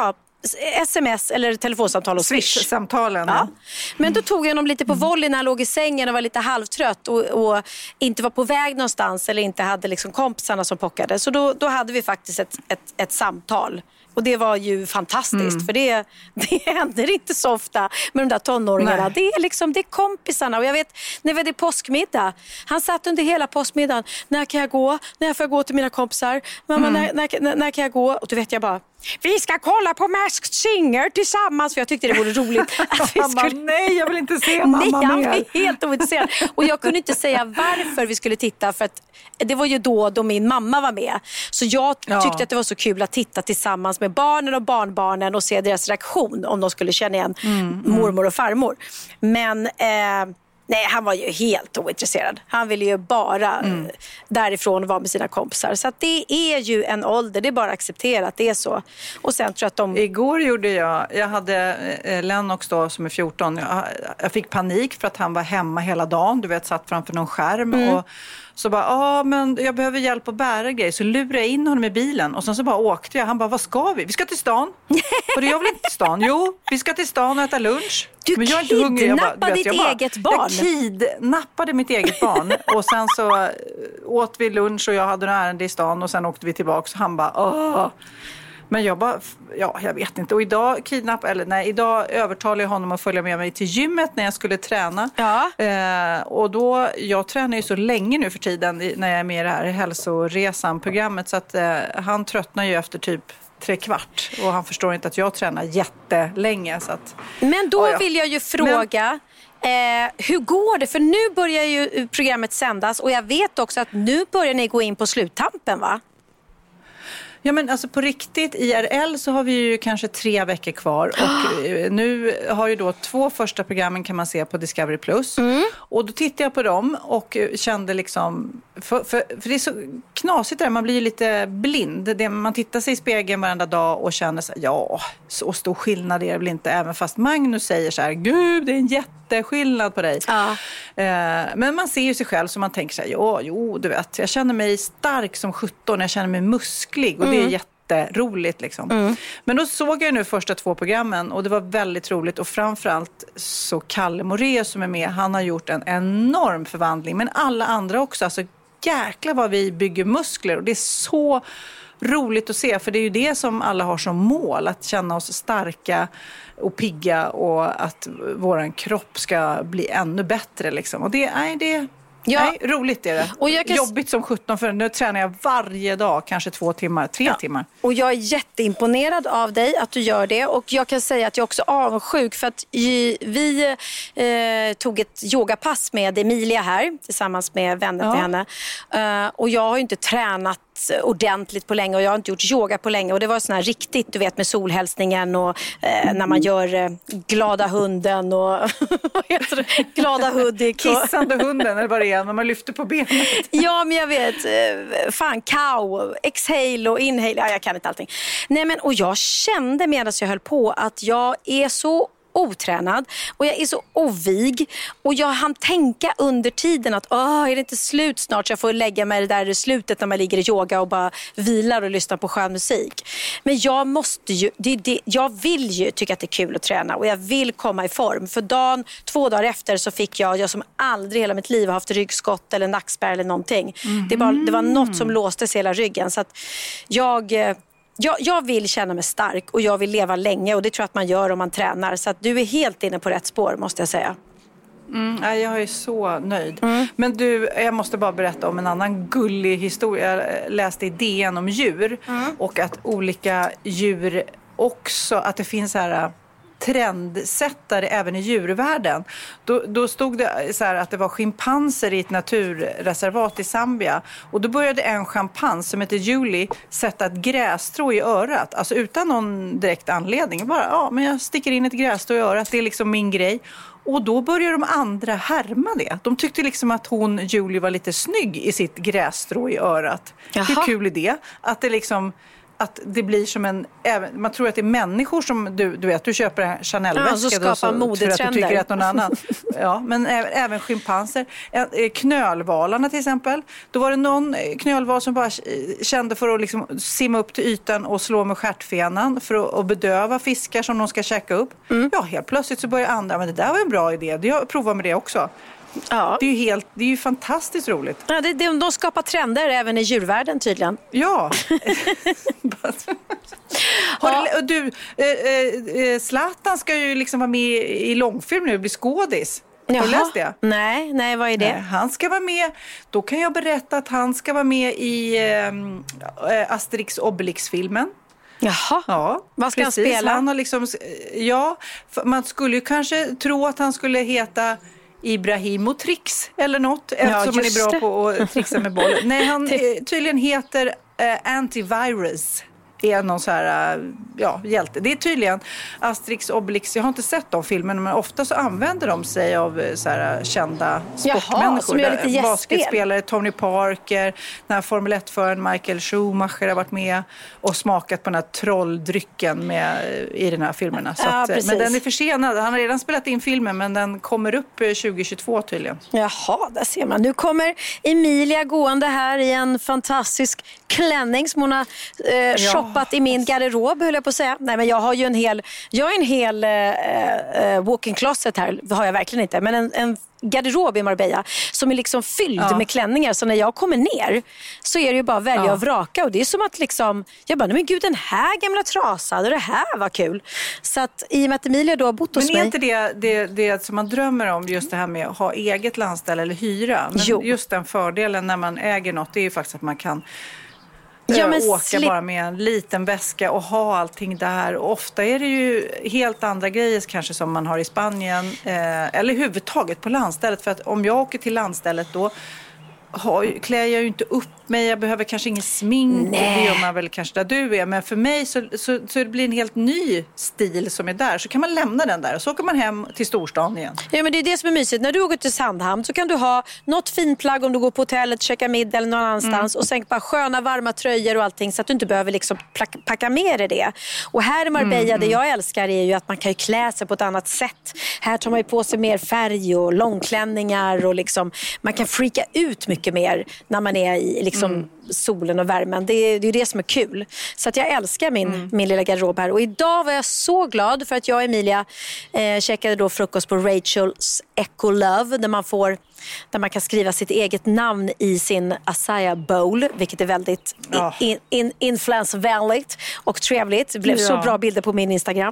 sms eller telefonsamtal och Swish-samtalen. Ja. Men då tog jag honom lite på volley när han låg i sängen och var lite halvtrött och inte var på väg någonstans eller inte hade liksom kompisarna som pockade. Så då hade vi faktiskt ett samtal. Och det var ju fantastiskt, för det händer inte så ofta med de där tonåringarna. Nej. Det är kompisarna. Och jag vet, när vi hade påskmiddag, han satt under hela påskmiddagen. När kan jag gå? När får jag gå till mina kompisar? Mamma, när kan jag gå? Och då vet jag bara, vi ska kolla på Masked Singer tillsammans, för jag tyckte det vore roligt att vi skulle... Nej, jag vill inte se mamma mer. Nej, han var helt ointresserad. Och jag kunde inte säga varför vi skulle titta, för att det var ju då min mamma var med. Så jag tyckte att det var så kul att titta tillsammans med barnen och barnbarnen och se deras reaktion om de skulle känna igen mormor och farmor. Men Nej, han var ju helt ointresserad. Han ville ju bara därifrån vara med sina kompisar. Så att det är ju en ålder, det är bara att acceptera att det är så. Och sen tror jag att Igår gjorde jag hade Lennox då som är 14. Jag fick panik för att han var hemma hela dagen. Du vet, satt framför någon skärm och så bara, men jag behöver hjälp att bära grejer. Så lurade jag in honom i bilen och sen så bara åkte jag. Han bara, vad ska vi? Vi ska till stan. Och jag vill inte till stan. Jo, vi ska till stan och äta lunch. Du kidnappade ditt eget barn. Jag kidnappade mitt eget barn. Och sen så åt vi lunch och jag hade en ärende i stan och sen åkte vi tillbaka. Så han bara, åh. Men jag bara, jag vet inte. Och idag idag övertalade jag honom att följa med mig till gymmet när jag skulle träna. Ja. Och då, jag tränar ju så länge nu för tiden när jag är med i det här hälsoresan-programmet. Så att han tröttnar ju efter typ 3/4. Och han förstår inte att jag tränar jättelänge. Så att, men då vill jag ju fråga... hur går det? För nu börjar ju programmet sändas och jag vet också att nu börjar ni gå in på sluttampen, va? Ja, men alltså på riktigt, IRL så har vi ju kanske 3 veckor kvar och nu har ju då 2 första programmen kan man se på Discovery+. Och då tittade jag på dem och kände liksom, för det är så knasigt där, man blir ju lite blind. Man tittar sig i spegeln varenda dag och känner så här, så stor skillnad är det väl inte, även fast Magnus säger så här, gud det är en jätteskillnad på dig. Ja. Men man ser ju sig själv så man tänker så här, du vet, jag känner mig stark som 17, jag känner mig musklig och det är jätteroligt liksom. Men då såg jag nu första 2 programmen och det var väldigt roligt och framförallt så Kalle Moraeus som är med, han har gjort en enorm förvandling, men alla andra också, alltså jäklar vad vi bygger muskler och det är så roligt att se, för det är ju det som alla har som mål, att känna oss starka och pigga och att våran kropp ska bli ännu bättre liksom. Och nej, roligt är det. Och jobbigt som 17, för nu tränar jag varje dag, kanske 2 timmar, 3 timmar. Och jag är jätteimponerad av dig att du gör det. Och jag kan säga att jag också är avundsjuk för att vi tog ett yogapass med Emilia här tillsammans med vänner till henne. Och jag har ju inte tränat ordentligt på länge och jag har inte gjort yoga på länge och det var sån här riktigt, du vet, med solhälsningen och när man gör glada hunden och vad heter det? Glada Hudik. Kissande hunden eller vad det är när man lyfter på benet. Ja, men jag vet, cow, exhale och inhale, jag kan inte allting. Nej, men och jag kände medan jag höll på att jag är så otränad och jag är så ovig och jag hann tänka under tiden att är det inte slut snart så jag får lägga mig där i slutet när man ligger i yoga och bara vilar och lyssnar på skön musik. Men jag måste ju, jag vill ju tycka att det är kul att träna och jag vill komma i form. För 2 dagar efter så fick jag som aldrig hela mitt liv har haft ryggskott eller nackspärr eller någonting. Det var något som låste sig hela ryggen så att jag vill känna mig stark och jag vill leva länge och det tror jag att man gör om man tränar. Så att du är helt inne på rätt spår, måste jag säga. Jag är så nöjd. Men du, jag måste bara berätta om en annan gullig historia. Jag läste i DN om djur och att olika djur också, att det finns här trendsättare även i djurvärlden. Då stod det så här att det var schimpanser i ett naturreservat i Zambia. Och då började en schimpans som heter Julie sätta ett grässtrå i örat. Alltså utan någon direkt anledning. Bara, men jag sticker in ett grässtrå i örat. Det är liksom min grej. Och då började de andra härma det. De tyckte liksom att Julie var lite snygg i sitt grässtrå i örat. Jaha. Hur kul är det? Att det liksom... att det blir som man tror att det är människor som du vet, du köper en Chanel-väska så skapar modetrender. För att du tycker att någon annan men även schimpanser, knölvalarna till exempel, då var det någon knölval som bara kände för att liksom simma upp till ytan och slå med stjärtfenan för att bedöva fiskar som de ska käka upp. Helt plötsligt så börjar andra, men det där var en bra idé, jag provar med det också. Ja. Det är ju fantastiskt roligt. Ja, de skapar trender även i djurvärlden tydligen. Ja. Zlatan ska ju liksom vara med i långfilm nu och bli skådis. Har du läst det? Nej, vad är det? Nej, han ska vara med. Då kan jag berätta att han ska vara med i Asterix Obelix-filmen. Jaha, ja, vad ska precis. Han spela? Han har liksom, man skulle ju kanske tro att han skulle heta Ibrahimotrix eller något, eftersom han är bra på att trixa med boll. Nej, han tydligen heter Antivirus. är någon så här, hjälte. Det är tydligen Asterix, Obelix, jag har inte sett de filmerna, men ofta så använder de sig av så här kända sportmänniskor. Som gör lite gästspel. Basketspelare, Tony Parker, den här Formel 1-föraren Michael Schumacher har varit med och smakat på den här trolldrycken i den här filmerna. Så men den är försenad. Han har redan spelat in filmen, men den kommer upp 2022 tydligen. Jaha, där ser man. Nu kommer Emilia gående här i en fantastisk klänning som hon har shoppat i min garderob, höll jag på att säga. Nej, men jag har ju en hel walk-in closet här, det har jag verkligen inte, men en garderob i Marbella som är liksom fylld med klänningar, så när jag kommer ner så är det ju bara att välja och vraka, och det är som att liksom, jag bara, men gud, den här gamla trasan och det här var kul. Så att i och med att Emilia då har bott hos mig. Men är inte det som man drömmer om, just det här med att ha eget landställe eller hyra? Men just den fördelen när man äger något, det är ju faktiskt att man kan åka bara med en liten väska och ha allting där. Och ofta är det ju helt andra grejer kanske som man har i Spanien eller huvudtaget på landstället. För att om jag åker till landstället då klär jag ju inte upp mig, jag behöver kanske ingen smink. Det gör man väl kanske där du är, men för mig så det blir en helt ny stil som är där, så kan man lämna den där och så åker man hem till storstan igen. Ja, men det är det som är mysigt. När du åker till Sandhamn så kan du ha något finplagg om du går på hotellet, käka middag eller någon annanstans och sen bara sköna varma tröjor och allting, så att du inte behöver liksom packa med dig det. Och här i Marbella, det jag älskar är ju att man kan ju klä sig på ett annat sätt. Här tar man ju på sig mer färg och långklänningar och liksom, man kan freaka ut mycket mer när man är i liksom solen och värmen. Det är ju det som är kul. Så att jag älskar min lilla garderob här. Och idag var jag så glad för att jag och Emilia käkade då frukost på Rachels Eco Love, där man kan skriva sitt eget namn i sin acai bowl, vilket är väldigt influensvänligt och trevligt. Det blev så bra bilder på min Instagram.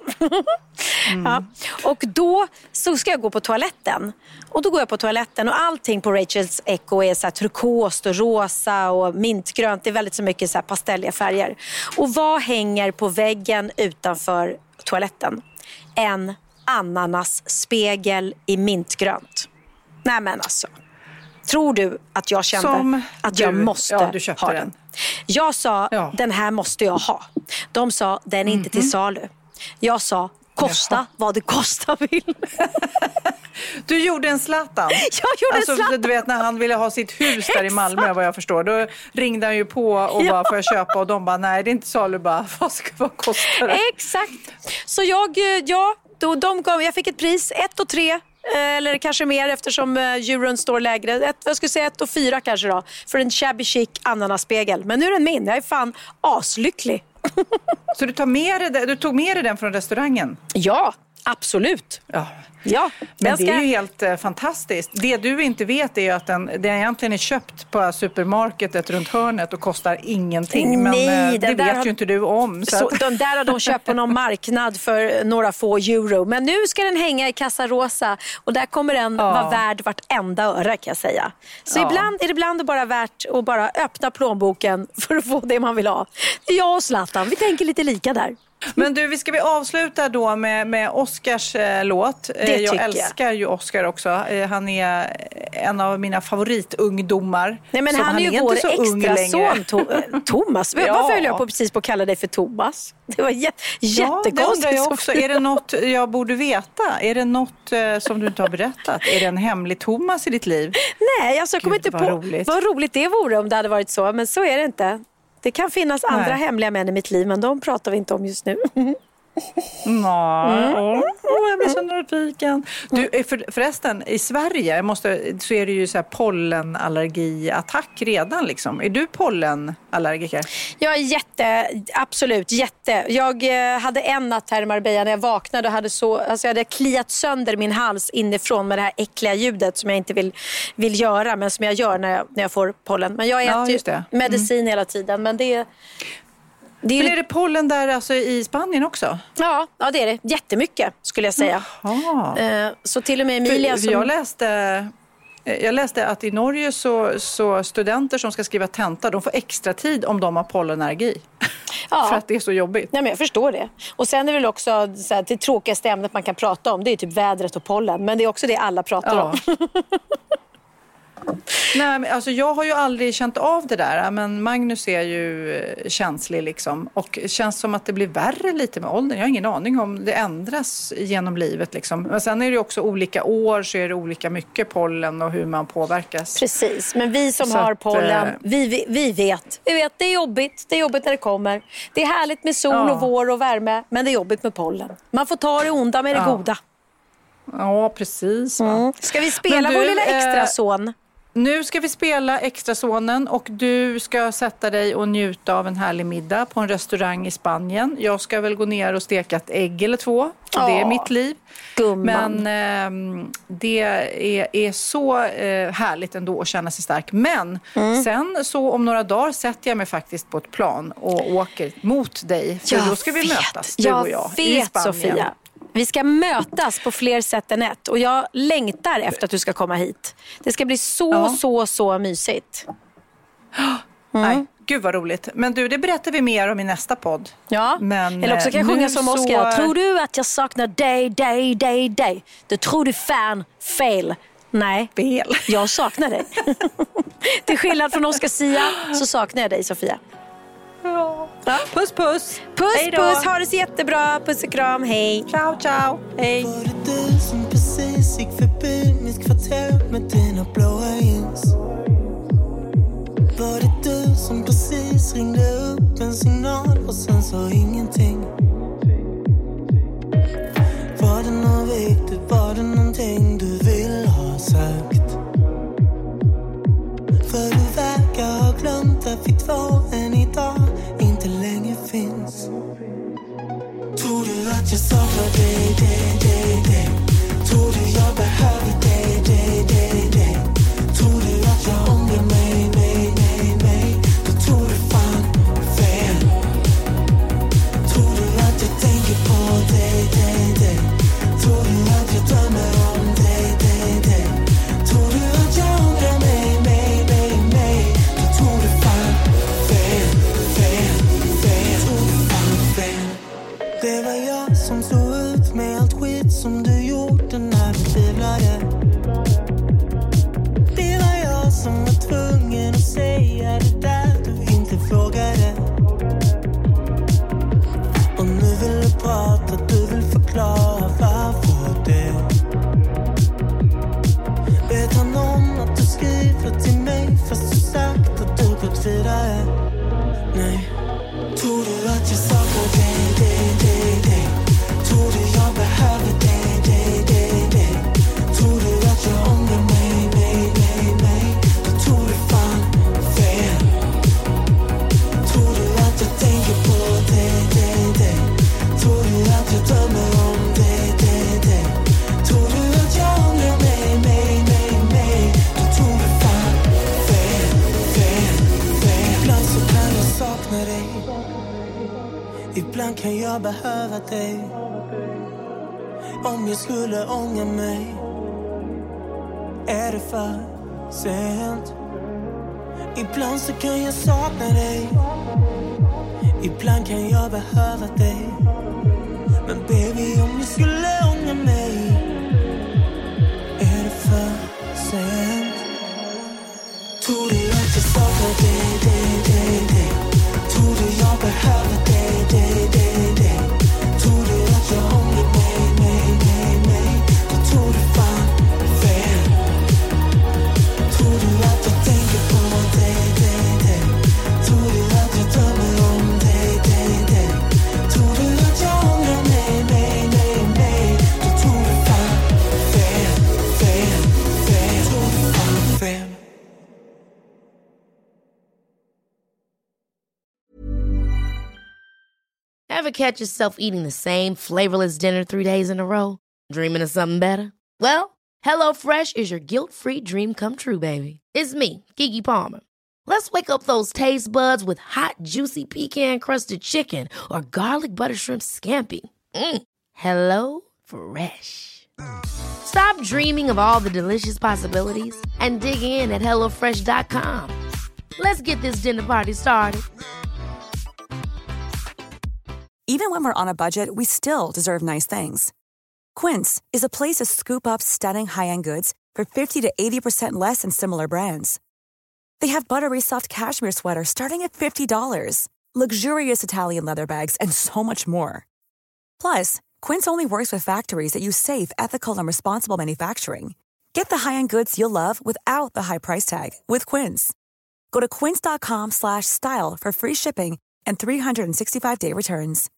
Och då så ska jag gå på toaletten. Och då går jag på toaletten och allting på Rachels Eco är så här turkost och rosa och mintgrönt. Det är väldigt så mycket så här pastelliga färger. Och vad hänger på väggen utanför toaletten? En ananasspegel i mintgrönt. Nej, men alltså. Tror du att jag kände att jag måste ha den? Jag sa, den här måste jag ha. De sa, den är inte till salu. Jag sa, kosta vad det kosta vill. Du gjorde en Zlatan. Jag gjorde en Zlatan. Du vet när han ville ha sitt hus där i Malmö, vad jag förstår. Då ringde han ju på och bara, får jag köpa? Och de bara, nej det är inte salu, bara, vad kostar det? Exakt. Så jag fick ett pris, 1 och 3. Eller kanske mer eftersom euron står lägre. Jag skulle säga 1 och 4 kanske då. För en shabby chic ananasspegel. Men nu är den min. Jag är fan aslycklig. Så du tog med dig den från restaurangen? Ja, absolut. Ja, men det är ju helt fantastiskt. Det du inte vet är ju att den egentligen är köpt på supermarketet runt hörnet och kostar ingenting. Men det vet ju inte du om. Så den där har de köpt på någon marknad för några få euro. Men nu ska den hänga i Casa Rosa och där kommer den vara värd vartenda öre, kan jag säga. Så ibland är det bara värt att bara öppna plånboken för att få det man vill ha. Jag och Zlatan, vi tänker lite lika där. Men du, ska vi avsluta då med Oscars låt? Jag älskar ju Oscar också. Han är en av mina favoritungdomar. Nej, men han är ju vår extra son Thomas. Varför höll jag precis på att kalla dig för Thomas? Det var jättekonstigt. Det undrar jag också. Är det något jag borde veta? Är det något som du inte har berättat? Är det en hemlig Thomas i ditt liv? Nej, jag kommer inte på vad roligt det vore om det hade varit så. Men så är det inte. Det kan finnas andra hemliga män i mitt liv, men de pratar vi inte om just nu. Jag blir så nyfiken. Du, förresten, i Sverige så är det ju så här pollenallergiattack redan liksom. Är du pollenallergiker? Jag är absolut jätte. Jag hade en natt här i Marbella när jag vaknade och jag hade kliat sönder min hals inifrån med det här äckliga ljudet som jag inte vill göra, men som jag gör när jag får pollen. Men jag äter ju medicin hela tiden, men Men är det pollen där alltså i Spanien också? Ja, det är det. Jättemycket skulle jag säga. Så till och med Emilia som... Jag läste att i Norge så studenter som ska skriva tenta, de får extra tid om de har pollenallergi. För att det är så jobbigt. Ja, men jag förstår det. Och sen är det väl också så här, det tråkigaste ämnet man kan prata om, det är typ vädret och pollen. Men det är också det alla pratar om. Nej, men alltså jag har ju aldrig känt av det där, men Magnus är ju känslig liksom. Och det känns som att det blir värre lite med åldern. Jag har ingen aning om det ändras genom livet liksom. Men sen är det ju också olika år, så är det olika mycket pollen och hur man påverkas. Precis, men vi som har pollen, vi vet. Vi vet, det är jobbigt. Det är jobbigt när det kommer. Det är härligt med sol och vår och värme, men det är jobbigt med pollen. Man får ta det onda med det goda. Ja, precis. Ska vi spela vår lilla extra son? Nu ska vi spela Extrasonen och du ska sätta dig och njuta av en härlig middag på en restaurang i Spanien. Jag ska väl gå ner och steka ett ägg eller två. Det är mitt liv. Gumman. Men det är så härligt ändå att känna sig stark. Men sen så om några dagar sätter jag mig faktiskt på ett plan och åker mot dig. För då ska vi mötas, du och jag, i Spanien. Sofia. Vi ska mötas på fler sätt än ett. Och jag längtar efter att du ska komma hit. Det ska bli så mysigt. Nej, gud vad roligt. Men du, det berättar vi mer om i nästa podd. Ja, men, eller också kan jag sjunga som Oscar. Tror du att jag saknar dig? Det tror du fan fel. Nej, fel. Jag saknar dig. Till skillnad från Oscar Sia så saknar jag dig, Sofia. Ja. Puss. Puss, ha det så jättebra. Puss och kram, hej. Ciao. Hej. Var det du som precis gick förbi mitt kvarter med dina blåa jeans? Var det du som precis ringde upp en signal och sen sa ingenting? Var det något viktigt, var det någonting du vill ha sagt? För du verkar ha glömt att vi två än idag inte längre finns. Tror du att jag saknar dig? Tror du jag behöver dig? Tror du att jag ångrar mig? Då tror du fan fel. Tror du att jag tänker på dig? Tror du att jag drömmer om dig? Tror du att jag ångrar mig? Då tror du fan fel. Tror du fan fel. Det var jag som stod ut med allt skit som du gjorde när du tvivlade. Det var jag som var tvungen att säga det där du inte frågade. Och nu vill du prata, du vill förklara varför det. Vet han om att du skriver till mig fast du sagt att du gått vidare? Nej. Tror du att jag saknar dig? Tror du jag behöver dig? Tror du att jag ångrar mig? Då tror du fan fel. Tror du att jag tänker på dig? Tror du att jag drömmer om dig? Tror du att jag ångrar mig? Då tror du fan fel. Ibland så kan jag sakna dig. Ibland kan jag behöva dig. Om jag skulle ångra mig, är det för sent? Ibland så kan jag sakna dig. Ibland kan jag behöva dig. Men baby, om jag skulle ångra mig, är det för sent? Tror du att jag saknar dig? Tror du jag behöver dig? Tror du att jag ångrar mig? Då tror du fan fel. Tror du att jag tänker på dig? Tror du att jag drömmer om dig? Tror du att jag ångrar mig? Då tror du fan fel. Tror du fan fel. Ever catch yourself eating the same flavorless dinner 3 days in a row? Dreaming of something better? Well, HelloFresh is your guilt-free dream come true, baby. It's me, Keke Palmer. Let's wake up those taste buds with hot, juicy pecan-crusted chicken or garlic butter shrimp scampi. Hello Fresh. Stop dreaming of all the delicious possibilities and dig in at HelloFresh.com. Let's get this dinner party started. Even when we're on a budget, we still deserve nice things. Quince is a place to scoop up stunning high-end goods for 50 to 80% less than similar brands. They have buttery soft cashmere sweaters starting at $50, luxurious Italian leather bags, and so much more. Plus, Quince only works with factories that use safe, ethical, and responsible manufacturing. Get the high-end goods you'll love without the high price tag with Quince. Go to quince.com/style for free shipping and 365-day returns.